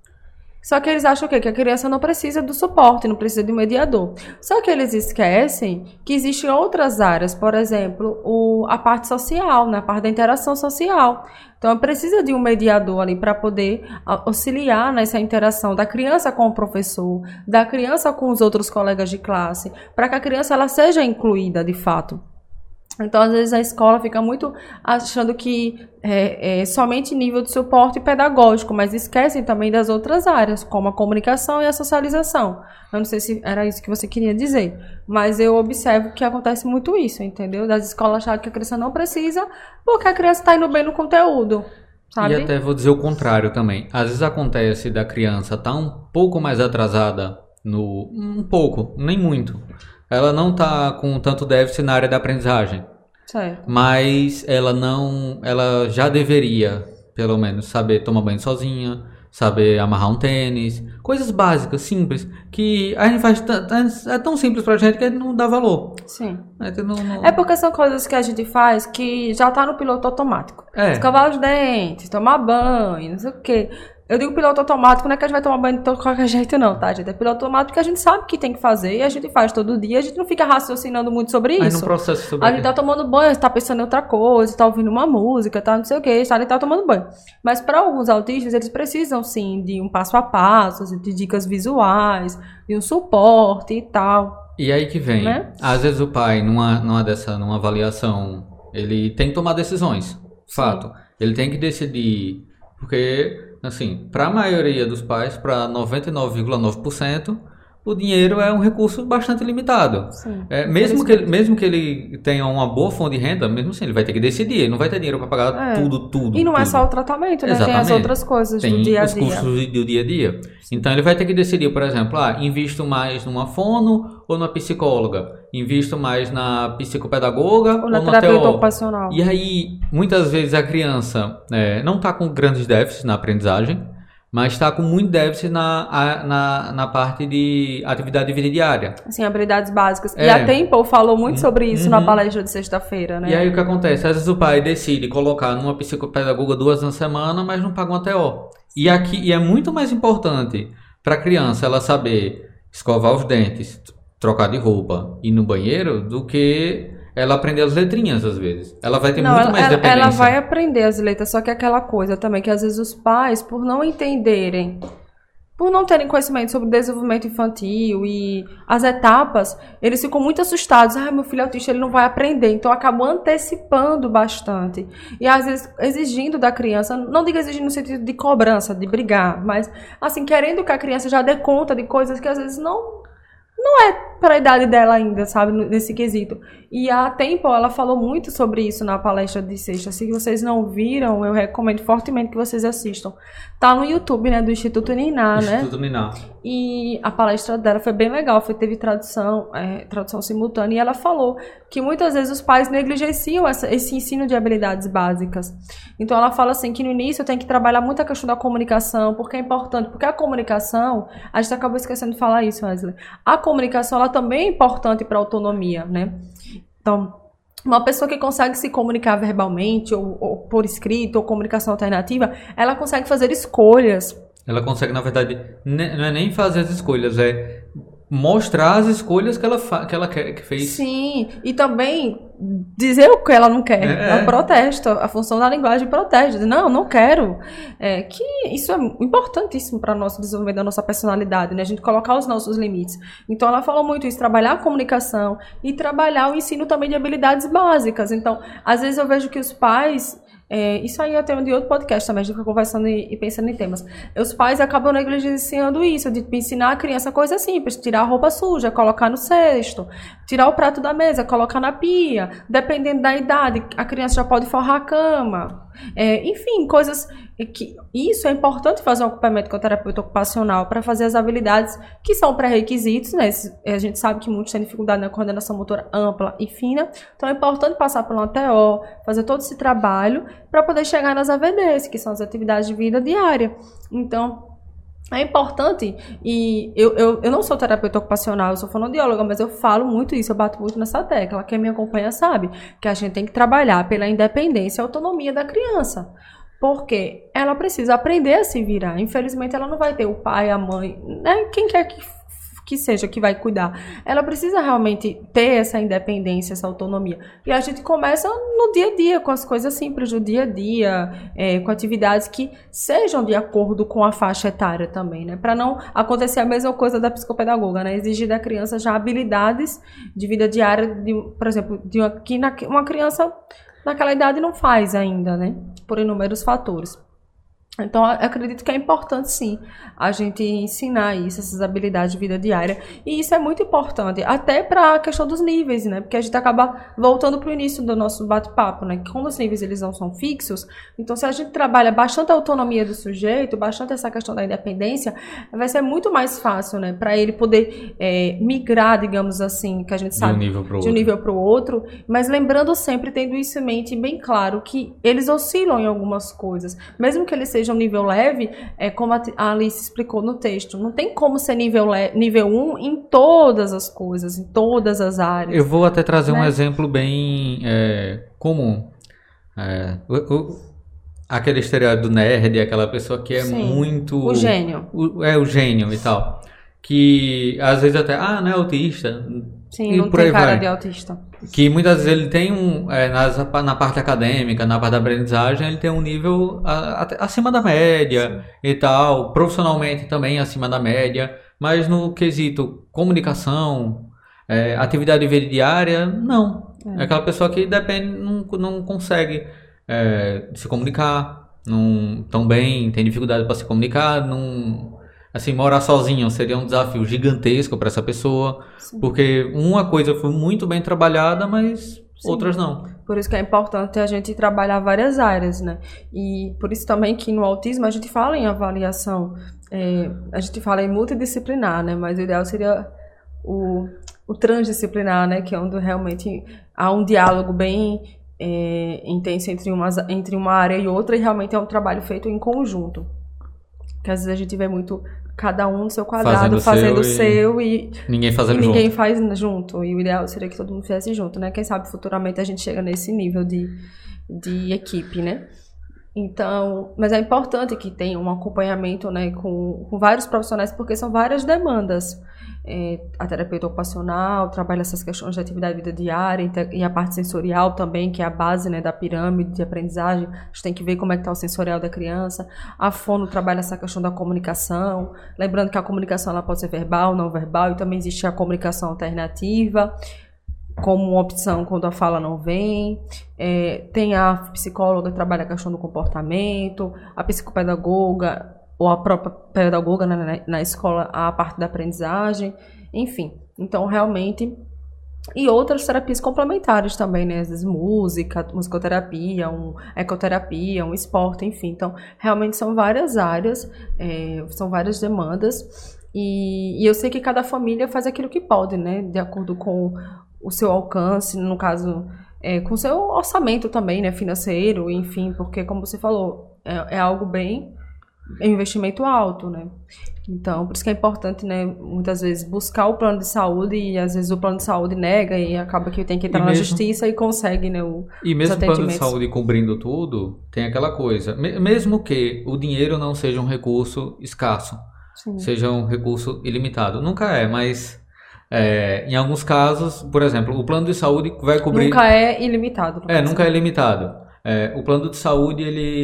Só que eles acham o quê? Que a criança não precisa do suporte, não precisa de um mediador. Só que eles esquecem que existem outras áreas, por exemplo, o, a parte social, né? A parte da interação social. Então, precisa de um mediador ali para poder auxiliar nessa interação da criança com o professor, da criança com os outros colegas de classe, para que a criança ela seja incluída de fato. Então, às vezes, a escola fica muito achando que é, é somente nível de suporte pedagógico, mas esquecem também das outras áreas, como a comunicação e a socialização. Eu não sei se era isso que você queria dizer, mas eu observo que acontece muito isso, entendeu? Das escolas acharem que a criança não precisa, porque a criança está indo bem no conteúdo, sabe? E até vou dizer o contrário também. Às vezes acontece da criança estar um pouco mais atrasada, no um pouco, nem muito. Ela não está com tanto déficit na área da aprendizagem, Certo. mas ela não, ela já deveria, pelo menos, saber tomar banho sozinha, saber amarrar um tênis, coisas básicas, simples, que a gente faz t- é tão simples pra gente que a gente não dá valor. Sim. A gente não- não- É porque são coisas que a gente faz que já tá no piloto automático. É. Escovar os dentes, tomar banho, não sei o quê. Eu digo piloto automático, não é que a gente vai tomar banho de todo qualquer jeito, não, tá, gente? É piloto automático que a gente sabe que tem que fazer e a gente faz todo dia. A gente não fica raciocinando muito sobre Aí isso. no processo sobre A gente tá tomando banho, tá pensando em outra coisa, tá ouvindo uma música, tá não sei o quê, tá ali, tá tomando banho. Mas para alguns autistas, eles precisam, sim, de um passo a passo, de dicas visuais, de um suporte e tal. E aí que vem, Né? às vezes o pai, numa, numa dessa, numa avaliação, ele tem que tomar decisões, fato. Ele tem que decidir, porque, assim, para a maioria dos pais, para noventa e nove vírgula nove por cento, o dinheiro é um recurso bastante limitado. Sim. É, mesmo, que ele, mesmo que ele tenha uma boa fonte de renda, mesmo assim, ele vai ter que decidir, ele não vai ter dinheiro para pagar É. tudo, tudo. E não é tudo. só o tratamento, né? Tem as Exatamente. outras coisas Tem do dia a os dia. custos do, do dia a dia. Então ele vai ter que decidir, por exemplo, ah, invisto mais numa fono ou numa psicóloga, invisto mais na psicopedagoga Ou na ou na terapeuta T O. ocupacional. E aí, muitas vezes a criança é, não está com grandes déficits na aprendizagem, mas está com muito déficit na, a- na, na parte de atividade de vida diária. Assim, habilidades básicas. E É. a Temple falou muito sobre isso Uhum. na palestra de sexta-feira, né? E aí o que acontece? Às vezes o pai decide colocar numa psicopedagoga duas na semana, mas não paga uma T O. E, aqui, e é muito mais importante para a criança ela saber escovar os dentes, trocar de roupa e ir no banheiro, do que ela aprender as letrinhas às vezes. Ela vai ter Não, muito ela, mais ela, dependência. ela vai aprender as letras, só que é aquela coisa também que às vezes os pais, por não entenderem, por não terem conhecimento sobre o desenvolvimento infantil e as etapas, eles ficam muito assustados. Ah, meu filho é autista, ele não vai aprender. Então acabam antecipando bastante. E às vezes exigindo da criança, não digo exigir no sentido de cobrança, de brigar, mas assim, querendo que a criança já dê conta de coisas que às vezes não... Não é para a idade dela ainda, sabe, nesse quesito. E a Temple, ela falou muito sobre isso na palestra de sexta. Se vocês não viram, eu recomendo fortemente que vocês assistam. Tá no YouTube, né, do Instituto Niná, né? Instituto Niná. E a palestra dela foi bem legal, foi, teve tradução, é, tradução simultânea, e ela falou que muitas vezes os pais negligenciam essa, esse ensino de habilidades básicas. Então ela fala assim, que no início tem que trabalhar muito a questão da comunicação, porque é importante, porque a comunicação, a gente acabou esquecendo de falar isso, Wesley, a comunicação ela também é importante para a autonomia, né? Então, Uma pessoa que consegue se comunicar verbalmente, ou, ou por escrito, ou comunicação alternativa, ela consegue fazer escolhas. Ela consegue, na verdade, ne- não é nem fazer as escolhas, é mostrar as escolhas que ela, fa- que ela quer, que fez. Sim, e também dizer o que ela não quer. É. Ela protesta. A função da linguagem protege. Diz, não, não quero. É, que isso é importantíssimo para o nosso desenvolvimento da nossa personalidade, né? A gente colocar os nossos limites. Então, ela falou muito isso, trabalhar a comunicação e trabalhar o ensino também de habilidades básicas. Então, às vezes eu vejo que os pais... É, isso aí é tema de outro podcast também, a gente fica conversando e, e pensando em temas. Os pais acabam negligenciando isso, de ensinar a criança coisas simples, tirar a roupa suja, colocar no cesto, tirar o prato da mesa, colocar na pia, dependendo da idade, a criança já pode forrar a cama. É, enfim, coisas que... Isso é importante fazer um acompanhamento com o terapeuta ocupacional para fazer as habilidades que são pré-requisitos, né? A gente sabe que muitos têm dificuldade na coordenação motora ampla e fina, então é importante passar por uma T O, fazer todo esse trabalho para poder chegar nas A V Ds, que são as atividades de vida diária. Então, é importante, e eu, eu, eu não sou terapeuta ocupacional, eu sou fonoaudióloga, mas eu falo muito isso, eu bato muito nessa tecla. Quem me acompanha sabe que a gente tem que trabalhar pela independência e autonomia da criança. Porque ela precisa aprender a se virar. Infelizmente, ela não vai ter o pai, a mãe, né? Quem quer que, que seja que vai cuidar. Ela precisa realmente ter essa independência, essa autonomia. E a gente começa no dia a dia, com as coisas simples do dia a dia, é, com atividades que sejam de acordo com a faixa etária também, né? Para não acontecer a mesma coisa da psicopedagoga, né? Exigir da criança já habilidades de vida diária, de, por exemplo, de uma, que na, uma criança naquela idade não faz ainda, né? Por inúmeros fatores. Então, eu acredito que é importante, sim, a gente ensinar isso, essas habilidades de vida diária. E isso é muito importante, até para a questão dos níveis, né? Porque a gente acaba voltando para o início do nosso bate-papo, né? Que como os níveis eles não são fixos, então se a gente trabalha bastante a autonomia do sujeito, bastante essa questão da independência, vai ser muito mais fácil, né? Para ele poder é, migrar, digamos assim, que a gente sabe, de um nível para o de um nível para o outro, mas lembrando sempre, tendo isso em mente bem claro, que eles oscilam em algumas coisas, mesmo que eles sejam um nível leve, é como a Alice explicou no texto, não tem como ser nível, nível um em todas as coisas, em todas as áreas. Eu vou até trazer né? um exemplo bem é, comum. É, o, o, aquele estereótipo do nerd, aquela pessoa que é Sim, muito... o gênio. O, é, o gênio e tal. Que às vezes até, ah, não é autista. Sim, não tem cara vai. de autista. Que muitas vezes ele tem um, é, nas, na parte acadêmica, na parte da aprendizagem, ele tem um nível a, a, acima da média Sim. e tal, profissionalmente também acima da média, mas no quesito comunicação, é, atividade de vida diária, não. É, é aquela pessoa que depende, não, não consegue é, se comunicar não, tão bem, tem dificuldade para se comunicar, não... Assim, morar sozinho seria um desafio gigantesco para essa pessoa, Sim. porque uma coisa foi muito bem trabalhada, mas Sim. outras não. Por isso que é importante a gente trabalhar várias áreas, né? E por isso também que no autismo a gente fala em avaliação, é, a gente fala em multidisciplinar, né? Mas o ideal seria o, o transdisciplinar, né? Que é onde realmente há um diálogo bem é, intenso entre uma, entre uma área e outra, e realmente é um trabalho feito em conjunto. Porque às vezes a gente vê muito cada um no seu quadrado, fazendo o seu, e, e ninguém fazendo e ninguém junto. faz junto. E o ideal seria que todo mundo fizesse junto, né? Quem sabe futuramente a gente chega nesse nível de, de equipe, né? Então, mas é importante que tenha um acompanhamento, né, com, com vários profissionais, porque são várias demandas. É, a terapeuta ocupacional trabalha essas questões de atividade de vida diária e a parte sensorial também, que é a base, né, da pirâmide de aprendizagem. A gente tem que ver como é que está o sensorial da criança. A fono trabalha essa questão da comunicação, lembrando que a comunicação ela pode ser verbal, não verbal, e também existe a comunicação alternativa como uma opção quando a fala não vem. É, tem a psicóloga que trabalha a questão do comportamento, a psicopedagoga ou a própria pedagoga na, na, na escola, a parte da aprendizagem, enfim. Então, realmente... E outras terapias complementares também, né? Às vezes música, musicoterapia, um, ecoterapia, um esporte, enfim. Então, realmente são várias áreas, é, são várias demandas. E, e eu sei que cada família faz aquilo que pode, né? De acordo com o seu alcance, no caso, é, com o seu orçamento também, né? Financeiro, enfim. Porque, como você falou, é, é algo bem... é um investimento alto, né? Então, por isso que é importante, né, muitas vezes buscar o plano de saúde e às vezes o plano de saúde nega e acaba que tem que entrar E na mesmo- justiça e consegue, né, o, E os mesmo o plano de atendimentos. saúde cobrindo tudo, tem aquela coisa. Me- Mesmo que o dinheiro não seja um recurso escasso, Sim. seja um recurso ilimitado. Nunca é, mas é, em alguns casos, por exemplo, o plano de saúde vai cobrir. Nunca é ilimitado. no É, caso. nunca é limitado. É, o plano de saúde,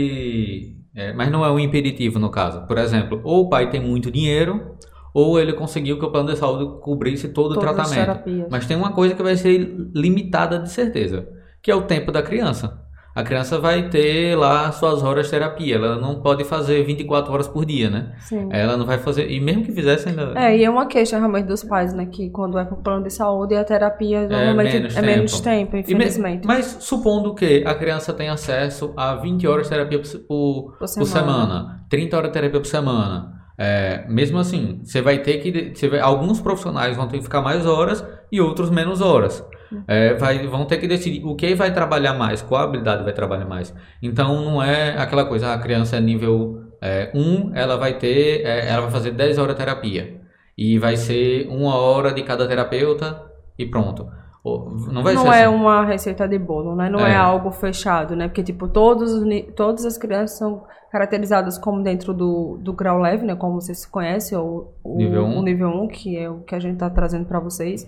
ele. É, mas não é um impeditivo no caso. Por exemplo, ou o pai tem muito dinheiro, ou ele conseguiu que o plano de saúde cobrisse todo o Todas as tratamento. terapias. Mas tem uma coisa que vai ser limitada de certeza, que é o tempo da criança. A criança vai ter lá suas horas de terapia. Ela não pode fazer vinte e quatro horas por dia, né? Sim. Ela não vai fazer. E mesmo que fizesse ainda. É, e é uma queixa realmente dos pais, né? Que quando é pro plano de saúde, a terapia normalmente menos é menos tempo. tempo, E me- infelizmente. Mas supondo que a criança tenha acesso a vinte horas de terapia por, se- por- Por por semana. semana, trinta horas de terapia por semana. É, mesmo assim, você vai ter que. Você vai- alguns profissionais vão ter que ficar mais horas e outros menos horas. É, vai- vão ter que decidir o que vai trabalhar mais, qual habilidade vai trabalhar mais. Então não é aquela coisa, ah, a criança é nível um, ela vai ter, é, ela vai fazer dez horas de terapia. E vai ser uma hora de cada terapeuta e pronto. Ou- Não vai Não ser é assim. uma receita de bolo, né? Não é. É. algo fechado, né? Porque, tipo, todos, os ni- todas as crianças são caracterizadas como dentro do, do grau leve, né? Como vocês conhecem, ou o Nível um. o nível um, que é o que a gente tá trazendo para vocês.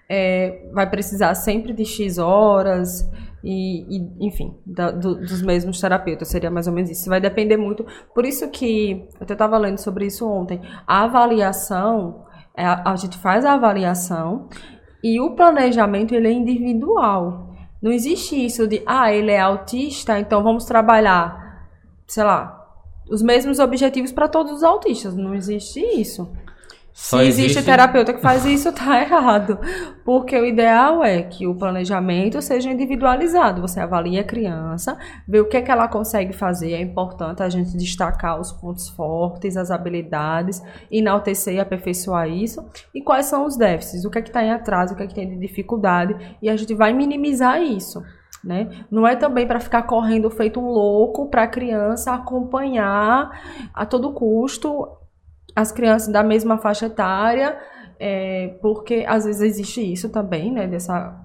É, vai precisar sempre de X horas e, e, enfim, da- do- dos mesmos terapeutas, seria mais ou menos isso. Vai depender muito. Por isso que, eu até estava lendo sobre isso ontem, a avaliação, é, a, a gente faz a avaliação e o planejamento, ele é individual. Não existe isso de, ah, ele é autista, então vamos trabalhar, sei lá, os mesmos objetivos para todos os autistas. Não existe isso. Só Se existe, existe- terapeuta que faz isso, tá errado. Porque o ideal é que o planejamento seja individualizado. Você avalia a criança, vê o que é que ela consegue fazer. É importante a gente destacar os pontos fortes, as habilidades, enaltecer e aperfeiçoar isso. E quais são os déficits, o que é que está em atraso, o que é que tem de dificuldade. E a gente vai minimizar isso. Né? Não é também para ficar correndo feito um louco para a criança acompanhar a todo custo as crianças da mesma faixa etária, é, porque às vezes existe isso também, né, dessa...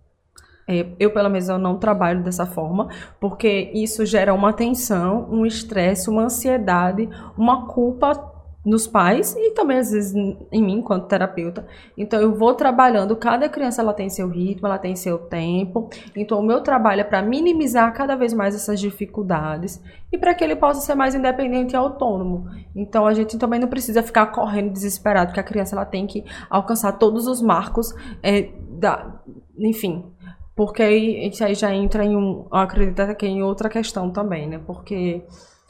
é, eu, pelo menos, eu não trabalho dessa forma, porque isso gera uma tensão, um estresse, uma ansiedade, uma culpa nos pais e também, às vezes, em mim, enquanto terapeuta. Então, eu vou trabalhando, cada criança ela tem seu ritmo, ela tem seu tempo, então o meu trabalho é para minimizar cada vez mais essas dificuldades e para que ele possa ser mais independente e autônomo. Então, a gente também não precisa ficar correndo desesperado, porque a criança ela tem que alcançar todos os marcos, é, da, enfim, porque aí, isso aí já entra em um, eu acredito que em outra questão também, né, porque...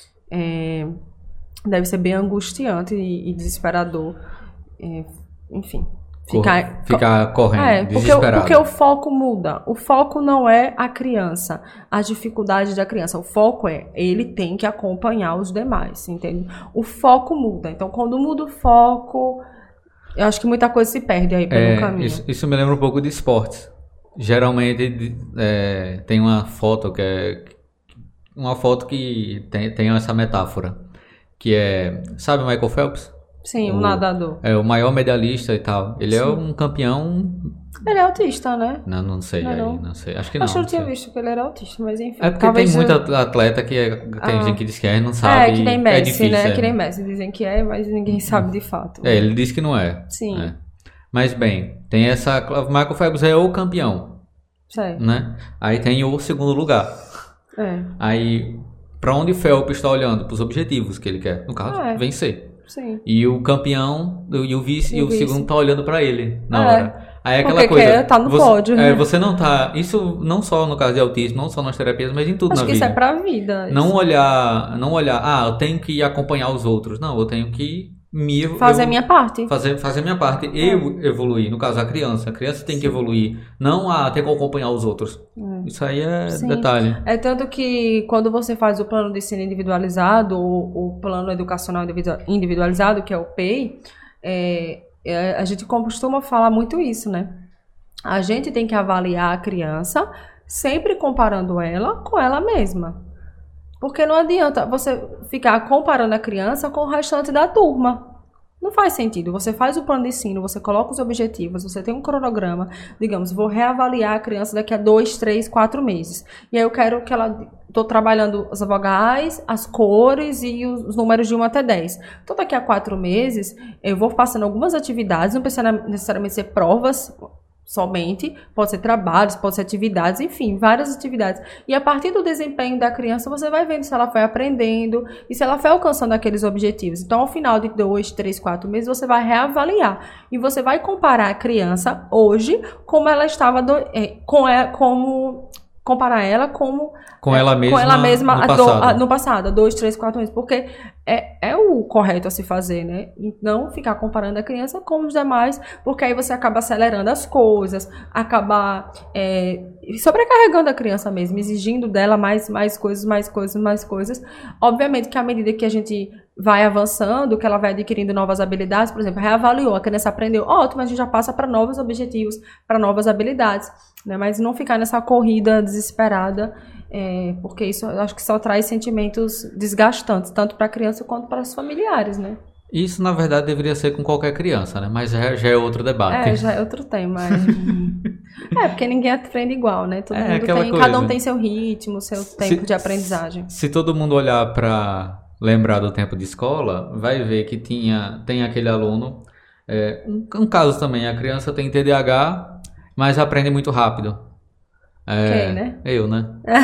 É, deve ser bem angustiante e, e desesperador, é, enfim, ficar, Cor- ficar correndo, é, porque, o- desesperado. porque o foco muda. O foco não é a criança, as dificuldades da criança. O foco é ele tem que acompanhar os demais, entende? O foco muda. Então, quando muda o foco, eu acho que muita coisa se perde aí pelo É, caminho. isso, isso me lembra um pouco de esportes. Geralmente de- é, tem uma foto que é uma foto que tem, tem essa metáfora, que é, sabe o Michael Phelps? Sim, o, o- nadador. É o maior medalhista e tal. Ele é Sim. um campeão. Ele é autista, né? Não, não sei, Não é aí, não? não sei. Acho que não. Acho que eu não tinha sei. visto que ele era autista, mas enfim. É porque talvez tem eu- muito atleta que é, tem Ah. gente que diz que é e não sabe. É, que nem Messi, difícil, né? é. Que nem Messi. Dizem que é, mas ninguém sabe de fato. É, ele diz que não é. Sim. É. Mas bem, tem essa. O Michael Phelps é o campeão, Sei. né? Aí tem o segundo lugar. É, Aí, pra onde o Phelps está olhando? Para os objetivos que ele quer. No caso, É. vencer. sim. E o campeão e o vice E e o o vice. segundo tá olhando pra ele na É. hora. Aí é Porque aquela coisa. quer tá no você, pódio, é, né? você não tá. Isso não só no caso de autismo, não só nas terapias, mas em tudo Acho na que isso vida. é pra vida. Não olhar, não olhar, ah, eu tenho que acompanhar os outros. Não, eu tenho que me evo- Fazer a eu- minha parte. fazer, fazer a minha parte. Eu evoluir, no caso a criança. A criança tem que evoluir. Não, ah, tem que acompanhar os outros. Isso aí é Sim. detalhe. É tanto que quando você faz o plano de ensino individualizado, o, o plano educacional individu- individualizado, que é o P E I, é, é, a gente costuma falar muito isso, né? A gente tem que avaliar a criança sempre comparando ela com ela mesma. Porque não adianta você ficar comparando a criança com o restante da turma. Não faz sentido. Você faz o plano de ensino, você coloca os objetivos, você tem um cronograma. Digamos, vou reavaliar a criança daqui a dois, três, quatro meses. E aí eu quero que ela... Estou trabalhando as vogais, as cores e os números de um até dez. Então, daqui a quatro meses, eu vou passando algumas atividades, não precisa necessariamente ser provas somente, pode ser trabalhos, pode ser atividades, enfim, várias atividades. E a partir do desempenho da criança, você vai vendo se ela foi aprendendo e se ela foi alcançando aqueles objetivos. Então, ao final de dois, três, quatro meses, você vai reavaliar. E você vai comparar a criança hoje como ela estava do, é, com ela, como... comparar ela como, com ela mesma, com ela mesma no, a, passado. A, no passado, dois, três, quatro meses, porque é, é o correto a se fazer, né? E não ficar comparando a criança com os demais, porque aí você acaba acelerando as coisas, acaba é, sobrecarregando a criança mesmo, exigindo dela mais, mais coisas, mais coisas, mais coisas. Obviamente que à medida que a gente vai avançando, que ela vai adquirindo novas habilidades, por exemplo, reavaliou, a criança aprendeu, ótimo, a gente já passa para novos objetivos, para novas habilidades, né? Mas não ficar nessa corrida desesperada, é, porque isso eu acho que só traz sentimentos desgastantes, tanto para a criança quanto para os familiares, né? Isso, na verdade, deveria ser com qualquer criança, né? Mas já, já é outro debate. É, já é outro tema. É, é porque ninguém aprende igual, né? Todo é, mundo tem, coisa. Cada um tem seu ritmo, seu tempo se, de aprendizagem. Se todo mundo olhar para lembrar do tempo de escola, vai ver que tinha, tem aquele aluno... É, um, um caso também, a criança tem T D A H, mas aprende muito rápido. É, Quem, né? Eu, né?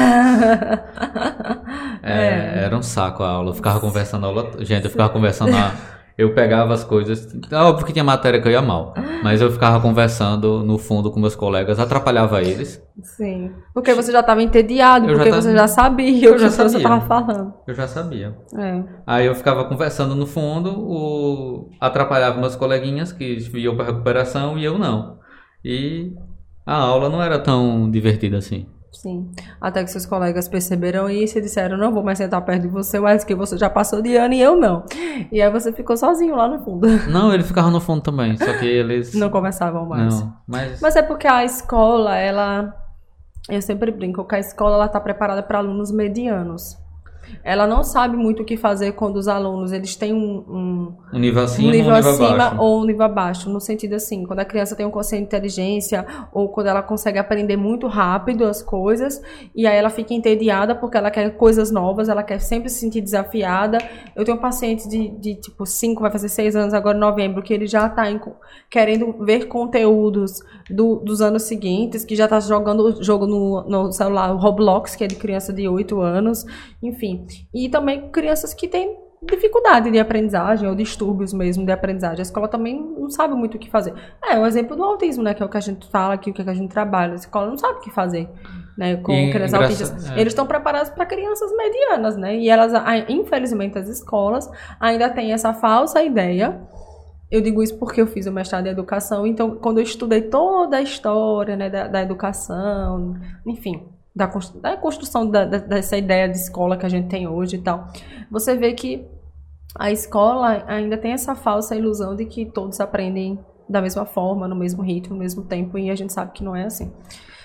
é, é. Era um saco a aula. Eu ficava conversando a aula. Gente, eu ficava conversando. A, eu pegava as coisas. Óbvio que tinha matéria que eu ia mal. Mas eu ficava conversando no fundo com meus colegas, atrapalhava eles. Sim. Porque você já estava entediado, eu porque já você já sabia eu o que já você sabia. estava falando. Eu já sabia. É. Aí eu ficava conversando no fundo, o... atrapalhava meus coleguinhas que iam para recuperação e eu não. E a aula não era tão divertida assim. Sim. Até que seus colegas perceberam isso e disseram, não vou mais sentar perto de você, mas que você já passou de ano e eu não. E aí você ficou sozinho lá no fundo. Não, ele ficava no fundo também, só que eles... Não conversavam mais. Não, mas... Mas é porque a escola, ela... Eu sempre brinco que a escola ela está preparada para alunos medianos. Ela não sabe muito o que fazer quando os alunos eles têm um, um, um nível acima, um nível, um nível acima abaixo. ou um nível abaixo, no sentido assim, quando a criança tem um consciente de inteligência ou quando ela consegue aprender muito rápido as coisas e aí ela fica entediada porque ela quer coisas novas, ela quer sempre se sentir desafiada. Eu tenho um paciente de, de tipo cinco, vai fazer seis anos agora em novembro, que ele já está querendo ver conteúdos do, dos anos seguintes, que já está jogando o jogo no, no celular, o Roblox, que é de criança de oito anos, enfim. E também crianças que têm dificuldade de aprendizagem ou distúrbios mesmo de aprendizagem. A escola também não sabe muito o que fazer. É o exemplo do autismo, né? Que é o que a gente fala aqui, o que a gente trabalha. A escola não sabe o que fazer, né? Com e crianças engraça... autistas. É. Eles estão preparados para crianças medianas, né? E elas, infelizmente, as escolas ainda têm essa falsa ideia. Eu digo isso porque eu fiz o mestrado em educação. Então, quando eu estudei toda a história, né, da, da educação, enfim... Da, constru da construção da, da, dessa ideia de escola que a gente tem hoje e tal, você vê que a escola ainda tem essa falsa ilusão de que todos aprendem da mesma forma, no mesmo ritmo, no mesmo tempo, e a gente sabe que não é assim.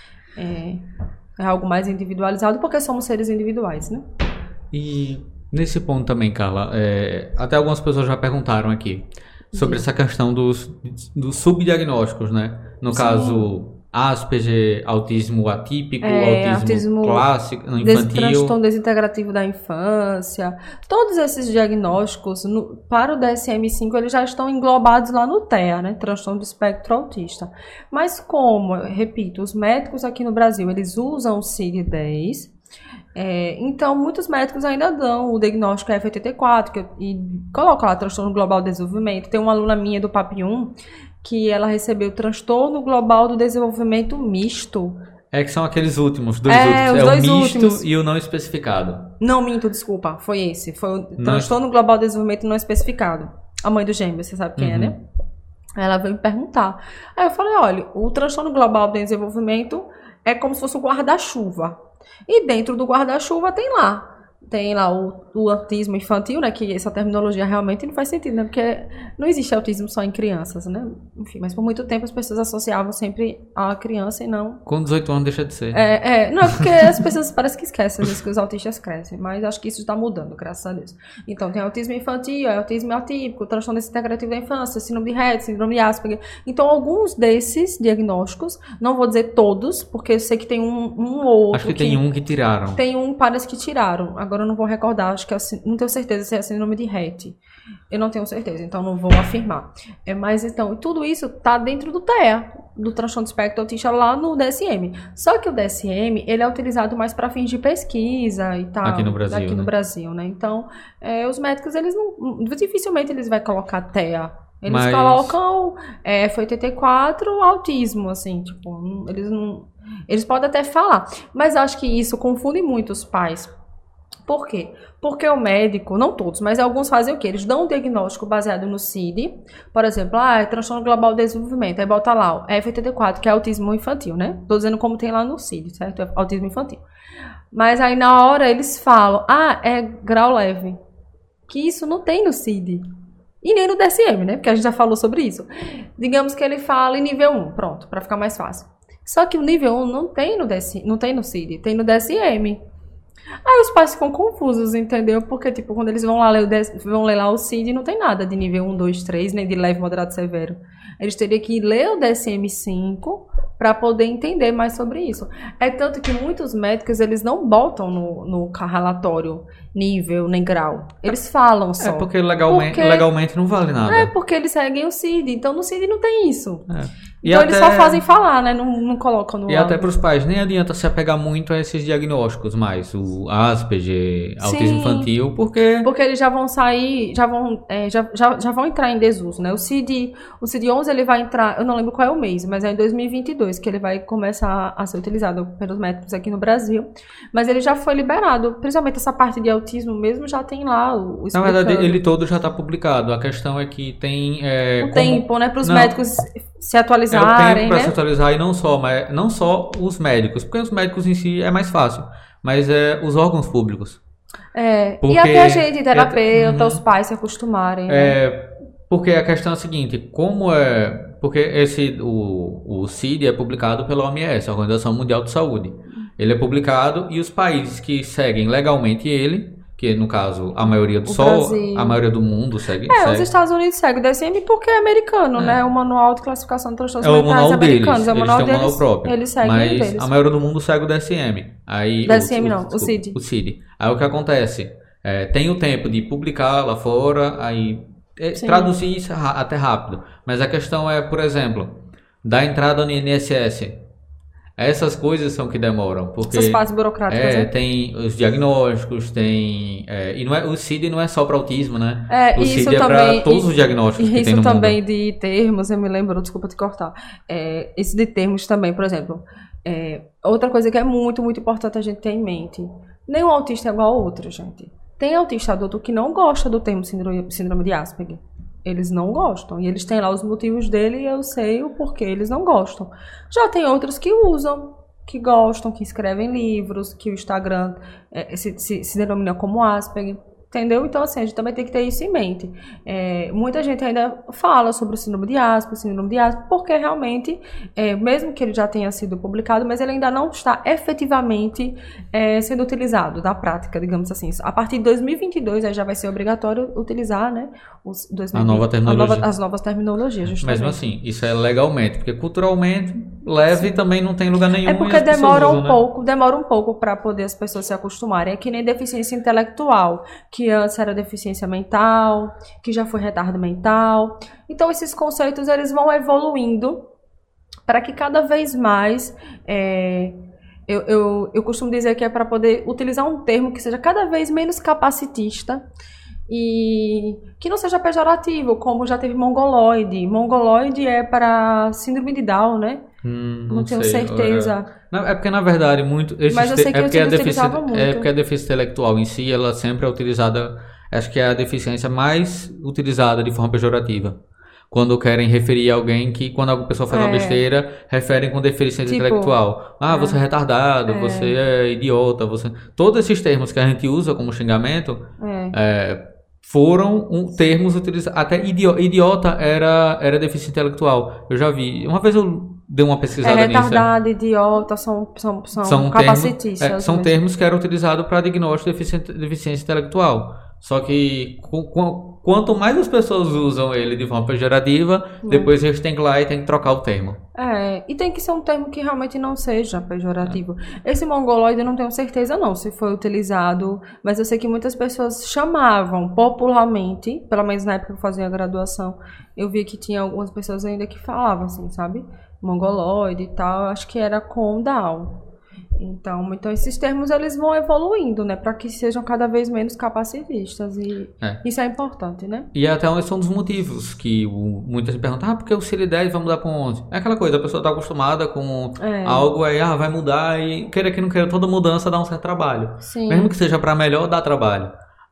É, é algo mais individualizado porque somos seres individuais, né? E nesse ponto também, Carla, é, até algumas pessoas já perguntaram aqui sobre Sim. essa questão dos, dos subdiagnósticos, né? No Sim. caso... Asperger, autismo atípico, é, autismo, autismo clássico, infantil. Transtorno desintegrativo da infância. Todos esses diagnósticos, no, para o D S M cinco, eles já estão englobados lá no T E A, né? Transtorno do espectro autista. Mas como, eu repito, os médicos aqui no Brasil, eles usam o C I D dez, é, então muitos médicos ainda dão o diagnóstico F T T quatro, que eu, e colocam lá transtorno global do desenvolvimento. Tem uma aluna minha do P A P um, que ela recebeu transtorno global do desenvolvimento misto. É que são aqueles últimos, dois é, últimos. Os é dois o misto últimos. E o não especificado. Não, minto, desculpa. Foi esse. Foi o não... transtorno global do desenvolvimento não especificado. A mãe do gêmeo, você sabe quem uhum. é, né? Ela veio me perguntar. Aí eu falei, olha, o transtorno global do desenvolvimento é como se fosse um guarda-chuva. E dentro do guarda-chuva tem lá tem lá o, o autismo infantil, né? Que essa terminologia realmente não faz sentido, né? Porque não existe autismo só em crianças, né? Enfim, mas por muito tempo as pessoas associavam sempre a criança e não... Com dezoito anos deixa de ser. É, é, não, é porque as pessoas parecem que esquecem, às vezes, que os autistas crescem, mas acho que isso está mudando, graças a Deus. Então, tem autismo infantil, autismo atípico, transtorno integrativo da infância, síndrome de Rett, síndrome de Asperger. Então, alguns desses diagnósticos, não vou dizer todos, porque eu sei que tem um, um ou outro. Acho que, que tem um que tiraram. Tem um, parece que tiraram. Agora eu não vou recordar, acho que é, não tenho certeza se é síndrome de Rett. Eu não tenho certeza, então não vou afirmar. É, mas então, tudo isso está dentro do T E A, do transtorno de espectro autista, lá no D S M. Só que o D S M, ele é utilizado mais para fins de pesquisa e tal. Aqui no Brasil, aqui né? no Brasil, né? Então, é, os médicos, eles não... Dificilmente eles vão colocar T E A. Eles mas... colocam é, F oitenta e quatro, autismo, assim, tipo, não, eles não... Eles podem até falar, mas acho que isso confunde muito os pais. Por quê? Porque o médico, não todos, mas alguns fazem o quê? Eles dão um diagnóstico baseado no C I D, por exemplo, ah, é transtorno global de desenvolvimento, aí bota lá o F oitenta e quatro, que é autismo infantil, né? Tô dizendo como tem lá no C I D, certo? É autismo infantil. Mas aí na hora eles falam, ah, é grau leve, que isso não tem no C I D. E nem no D S M, né? Porque a gente já falou sobre isso. Digamos que ele fala em nível um, pronto, para ficar mais fácil. Só que o nível um não tem no D S, não tem no C I D, tem no D S M. Aí os pais ficam confusos, entendeu? Porque, tipo, quando eles vão lá ler o, D S, vão ler lá o C I D, não tem nada de nível um, dois, três, nem de leve, moderado, severo. Eles teriam que ler o D S M cinco para poder entender mais sobre isso. É tanto que muitos médicos, eles não botam no, no relatório nível nem grau. Eles falam só. É porque legalmente, porque, legalmente não vale nada. É porque eles seguem o C I D. Então no C I D não tem isso. É. E então até, eles só fazem falar, né? Não, não colocam no E áudio. até para os pais, nem adianta se apegar muito a esses diagnósticos mais. O Asperger, autismo Sim, infantil, porque... Porque eles já vão sair, já vão, é, já, já, já vão entrar em desuso, né? O C I D, o C I D onze, ele vai entrar, eu não lembro qual é o mês, mas é em dois mil e vinte e dois que ele vai começar a ser utilizado pelos médicos aqui no Brasil. Mas ele já foi liberado, principalmente essa parte de autismo mesmo, já tem lá o, o Na verdade, ele todo já está publicado. A questão é que tem... É, o como... tempo, né? Para os não, médicos se é atualizarem, o tempo para né? se atualizar e não só, mas, não só os médicos, porque os médicos em si é mais fácil, mas é os órgãos públicos. É, Porque- e até a gente, terapeuta, Uhum. os pais se acostumarem, né? É, porque a questão é a seguinte, como é... Porque esse, o, o C I D é publicado pela O M S, a Organização Mundial de Saúde. Ele é publicado e os países que seguem legalmente ele, que no caso a maioria do O só Brasil. a maioria do mundo segue. É, segue. os Estados Unidos seguem o D S M porque é americano, É. né? O Manual de Classificação de Transtornos É o Mentais manual deles, americanos. É o eles manual têm um manual deles, próprio. eles seguem mas o deles. a maioria do mundo segue o D S M. Aí, D S M não, o desculpa, C I D. O C I D. Aí o que acontece? É, tem o tempo de publicar lá fora, aí é, Sim. traduzir isso ra- até rápido. Mas a questão é, por exemplo, da entrada no I N S S. Essas coisas são que demoram, porque Essas fases burocráticas, é, né? tem os diagnósticos, tem é, e não é o C I D não é só para autismo, né? É, o isso C I D é também, para todos e- os diagnósticos E que tem isso no também mundo. de termos, eu me lembro, desculpa te cortar. É, isso de termos também, por exemplo. É, outra coisa que é muito, muito importante a gente ter em mente. Nenhum autista é igual ao outro, gente. Tem autista adulto que não gosta do termo síndrome, síndrome de Asperger. Eles não gostam. E eles têm lá os motivos dele e eu sei o porquê eles não gostam. Já tem outros que usam, que gostam, que escrevem livros, que o Instagram é, se, se, se denomina como Asperger. Entendeu? Então, assim, a gente também tem que ter isso em mente. É, muita gente ainda fala sobre o síndrome de Asperger, síndrome de Asperger, porque realmente, é, mesmo que ele já tenha sido publicado, mas ele ainda não está efetivamente é, sendo utilizado na prática, digamos assim. A partir de dois mil e vinte e dois, aí já vai ser obrigatório utilizar, né, os dois mil e vinte, A nova terminologia. a nova- as novas terminologias, justamente. Mesmo assim, isso é legalmente, porque culturalmente, leve também não tem lugar nenhum. É e porque as pessoas demora um usam, né? pouco, demora um pouco para poder as pessoas se acostumarem. É que nem deficiência intelectual, que antes era deficiência mental, que já foi retardo mental. Então esses conceitos eles vão evoluindo para que cada vez mais é, eu, eu, eu costumo dizer que é para poder utilizar um termo que seja cada vez menos capacitista e que não seja pejorativo, como já teve mongoloide. Mongoloide é para síndrome de Down, né? Hum, Não, não tenho sei, certeza. É, não, é porque, na verdade, muito. esses Mas eu te- sei que é porque eles a deficiência, utilizavam muito. é porque a deficiência intelectual em si, ela sempre é utilizada. Acho que é a deficiência mais utilizada de forma pejorativa. quando querem referir a alguém que, quando alguma pessoa faz É. uma besteira, referem com deficiência Tipo, intelectual. Ah, é. você é retardado, É. você é idiota, você... Todos esses termos que a gente usa como xingamento É. é, foram um, termos utilizados. Até idio- idiota era, era deficiência intelectual. Eu já vi. Uma vez eu dei uma É pesquisada nisso. retardado, idiota, são, são, são, São termos, capacitistas. é, são mesmo. termos que eram utilizados para diagnóstico de deficiência, deficiência intelectual. Só que com, com, quanto mais as pessoas usam ele de forma pejorativa, Hum. depois eles têm que ir lá e têm que trocar o termo. É, e tem que ser um termo que realmente não seja pejorativo. Esse mongoloide eu não tenho certeza não se foi utilizado, mas eu sei que muitas pessoas chamavam popularmente, pelo menos na época que eu fazia a graduação, eu vi que tinha algumas pessoas ainda que falavam assim, sabe? Mongoloide e tal, eu acho que era com Down. Então, então esses termos eles vão evoluindo, né, para que sejam cada vez menos capacitistas e É. isso é importante, né? E até um são dos motivos que o, muitas se perguntam, ah, porque o C I L dez vai mudar para onze? É aquela coisa, a pessoa está acostumada com É. algo, aí ah, vai mudar e queira que não queira, toda mudança dá um certo trabalho. Sim. Mesmo que seja para melhor, dá trabalho.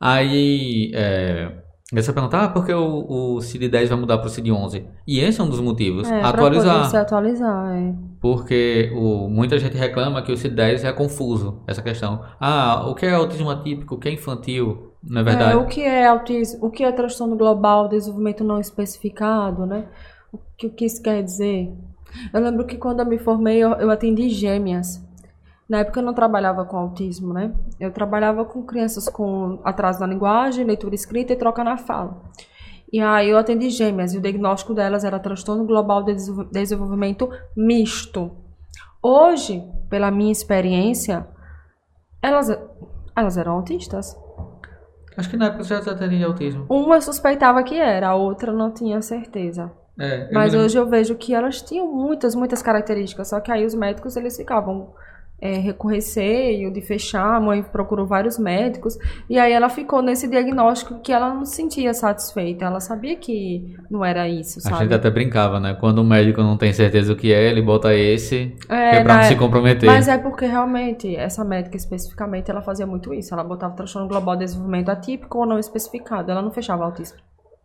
Aí, é, você pergunta, ah, porque o, o C I D dez vai mudar para o C I D onze? E esse é um dos motivos, É, pra atualizar. poder se atualizar, é. Porque o, muita gente reclama que o C I D dez é confuso, essa questão. Ah, o que é autismo atípico, o que é infantil, não é verdade? É, o que é autismo, o que é transtorno global, desenvolvimento não especificado, né? O que, o que isso quer dizer? Eu lembro que quando eu me formei, eu, eu atendi gêmeas. Na época eu não trabalhava com autismo, né? Eu trabalhava com crianças com atraso na linguagem, leitura escrita e troca na fala. E aí eu atendi gêmeas e o diagnóstico delas era transtorno global de desenvolvimento misto. Hoje, pela minha experiência, elas, elas eram autistas. Acho que na época você já atendia autismo. Uma eu suspeitava que era, a outra não tinha certeza. É, eu Mas me lembro- hoje eu vejo que elas tinham muitas, muitas características, só que aí os médicos eles ficavam é, com receio de fechar, a mãe procurou vários médicos, e aí ela ficou nesse diagnóstico que ela não se sentia satisfeita, ela sabia que não era isso, A sabe? gente até brincava, né? Quando o médico não tem certeza o que é, ele bota esse, É, que é pra não na- se comprometer. Mas é porque realmente, essa médica especificamente, ela fazia muito isso, ela botava transtorno global de desenvolvimento atípico ou não especificado, ela não fechava autismo.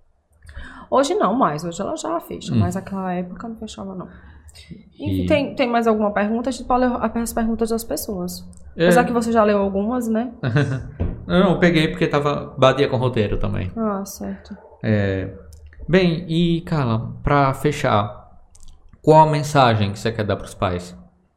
Hoje não mais, hoje ela já fecha, Hum. mas naquela época não fechava não. Enfim, E- tem, tem mais alguma pergunta? A gente pode ler as perguntas das pessoas. É. Apesar que você já leu algumas, né? Não, eu peguei porque tava, batia com o roteiro também. Ah, certo. É, bem, e Carla, pra fechar, qual a mensagem que você quer dar pros pais?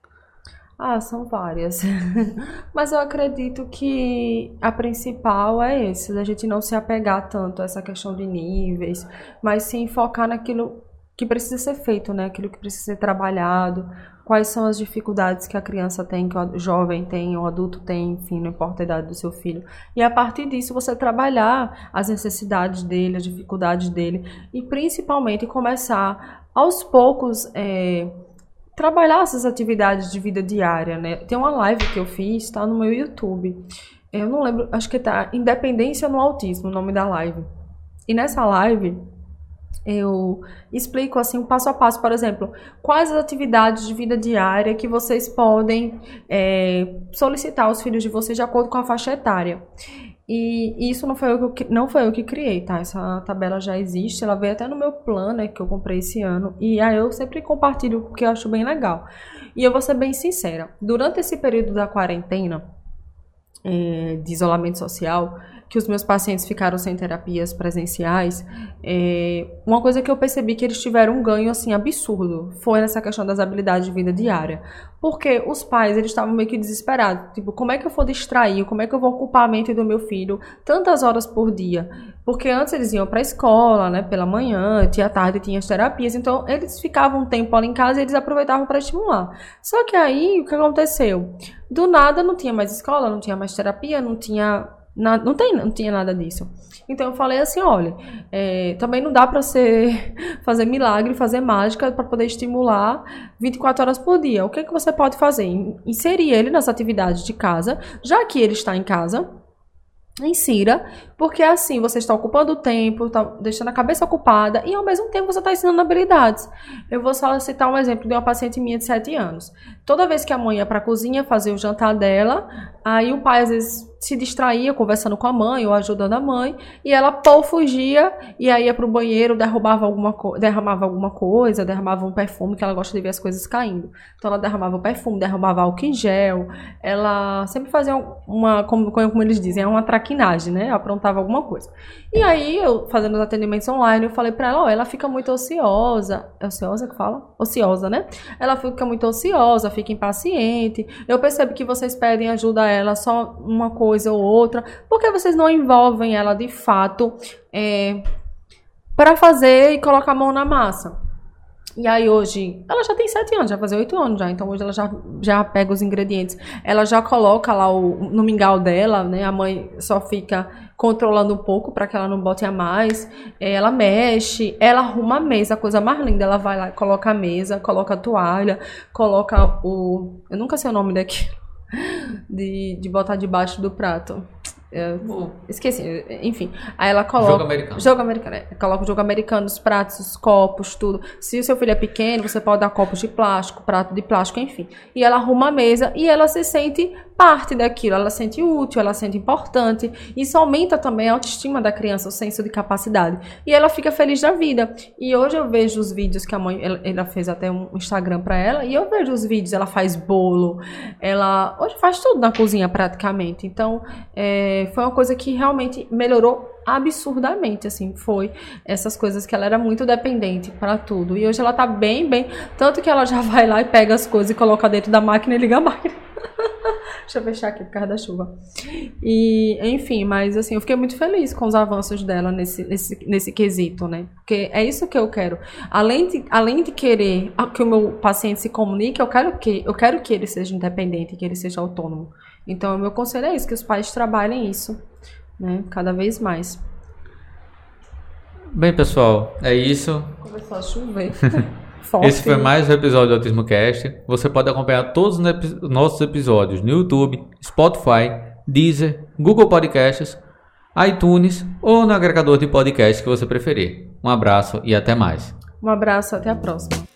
Ah, são várias. Mas eu acredito que a principal é esse, da gente não se apegar tanto a essa questão de níveis, mas sim focar naquilo que precisa ser feito, né? Aquilo que precisa ser trabalhado, quais são as dificuldades que a criança tem, que o jovem tem, o adulto tem, enfim, não importa a idade do seu filho. E a partir disso você trabalhar as necessidades dele, as dificuldades dele e principalmente começar aos poucos é, trabalhar essas atividades de vida diária, né? Tem uma live que eu fiz, tá no meu YouTube. Eu não lembro, acho que tá Independência no Autismo, o nome da live. E nessa live eu explico assim um passo a passo, por exemplo, quais as atividades de vida diária que vocês podem é, solicitar aos filhos de vocês de acordo com a faixa etária. E isso não foi eu que, não foi eu que criei, tá? Essa tabela já existe, ela veio até no meu planner que eu comprei esse ano. E aí eu sempre compartilho porque eu acho bem legal. E eu vou ser bem sincera, durante esse período da quarentena, é, de isolamento social, que os meus pacientes ficaram sem terapias presenciais, é, uma coisa que eu percebi que eles tiveram um ganho assim absurdo foi nessa questão das habilidades de vida diária, porque os pais eles estavam meio que desesperados, tipo, como é que eu vou distrair, como é que eu vou ocupar a mente do meu filho tantas horas por dia, porque antes eles iam para a escola, né, pela manhã, tinha tarde, tinha as terapias, então eles ficavam um tempo ali em casa e eles aproveitavam para estimular. Só que aí o que aconteceu? Do nada não tinha mais escola, não tinha mais terapia, não tinha Na, não, tem, não tinha nada disso. Então eu falei assim, olha, é, também não dá para ser fazer milagre, fazer mágica para poder estimular vinte e quatro horas por dia. O que, que você pode fazer? Inserir ele nas atividades de casa, já que ele está em casa, insira, Porque assim, você está ocupando o tempo, está deixando a cabeça ocupada e ao mesmo tempo você está ensinando habilidades. Eu vou só citar um exemplo de uma paciente minha de sete anos. Toda vez que a mãe ia para a cozinha fazer o jantar dela, aí o pai às vezes se distraía conversando com a mãe ou ajudando a mãe, e ela pô, fugia e aí ia pro banheiro, derrubava alguma co- derramava alguma coisa, derramava um perfume, que ela gosta de ver as coisas caindo. Então ela derramava o perfume, derramava álcool em gel, ela sempre fazia uma, como, como eles dizem, uma traquinagem, né? Aprontava alguma coisa. E aí, eu fazendo os atendimentos online, eu falei pra ela, ó, ela fica muito ociosa. É ociosa que fala? Ociosa, né? Ela fica muito ociosa, fica impaciente. Eu percebo que vocês pedem ajuda a ela só uma coisa ou outra, porque vocês não envolvem ela de fato é, para fazer e colocar a mão na massa. E aí hoje, ela já tem sete anos, já vai fazer oito anos já, então hoje ela já, já pega os ingredientes, ela já coloca lá o, no mingau dela, né, a mãe só fica controlando um pouco para que ela não bote a mais, ela mexe, ela arruma a mesa, a coisa mais linda, ela vai lá, coloca a mesa, coloca a toalha, coloca o, eu nunca sei o nome daqui, de, de botar debaixo do prato. Eu esqueci, enfim. Aí ela coloca. Jogo americano. Jogo americano, é. Coloca o jogo americano, os pratos, os copos, tudo. Se o seu filho é pequeno, você pode dar copos de plástico, prato de plástico, enfim. E ela arruma a mesa e ela se sente parte daquilo. Ela se sente útil, ela se sente importante. Isso aumenta também a autoestima da criança, o senso de capacidade. E ela fica feliz da vida. E hoje eu vejo os vídeos que a mãe, ela, ela fez até um Instagram pra ela, e eu vejo os vídeos, ela faz bolo, ela hoje faz tudo na cozinha praticamente. Então, é, foi uma coisa que realmente melhorou absurdamente, assim, foi essas coisas que ela era muito dependente para tudo. E hoje ela tá bem, bem, tanto que ela já vai lá e pega as coisas e coloca dentro da máquina e liga a máquina. Deixa eu fechar aqui por causa da chuva. E, enfim, mas assim, eu fiquei muito feliz com os avanços dela nesse, nesse, nesse quesito, né? Porque é isso que eu quero. Além de, além de querer que o meu paciente se comunique, eu quero que, eu quero que ele seja independente, que ele seja autônomo. Então, o meu conselho é isso, que os pais trabalhem isso, né? Cada vez mais. Bem, pessoal, é isso. Começou a chover. Forte. Esse foi mais um episódio do Autismo Cast. Você pode acompanhar todos os nossos episódios no YouTube, Spotify, Deezer, Google Podcasts, iTunes ou no agregador de podcast que você preferir. Um abraço e até mais. Um abraço, até a próxima.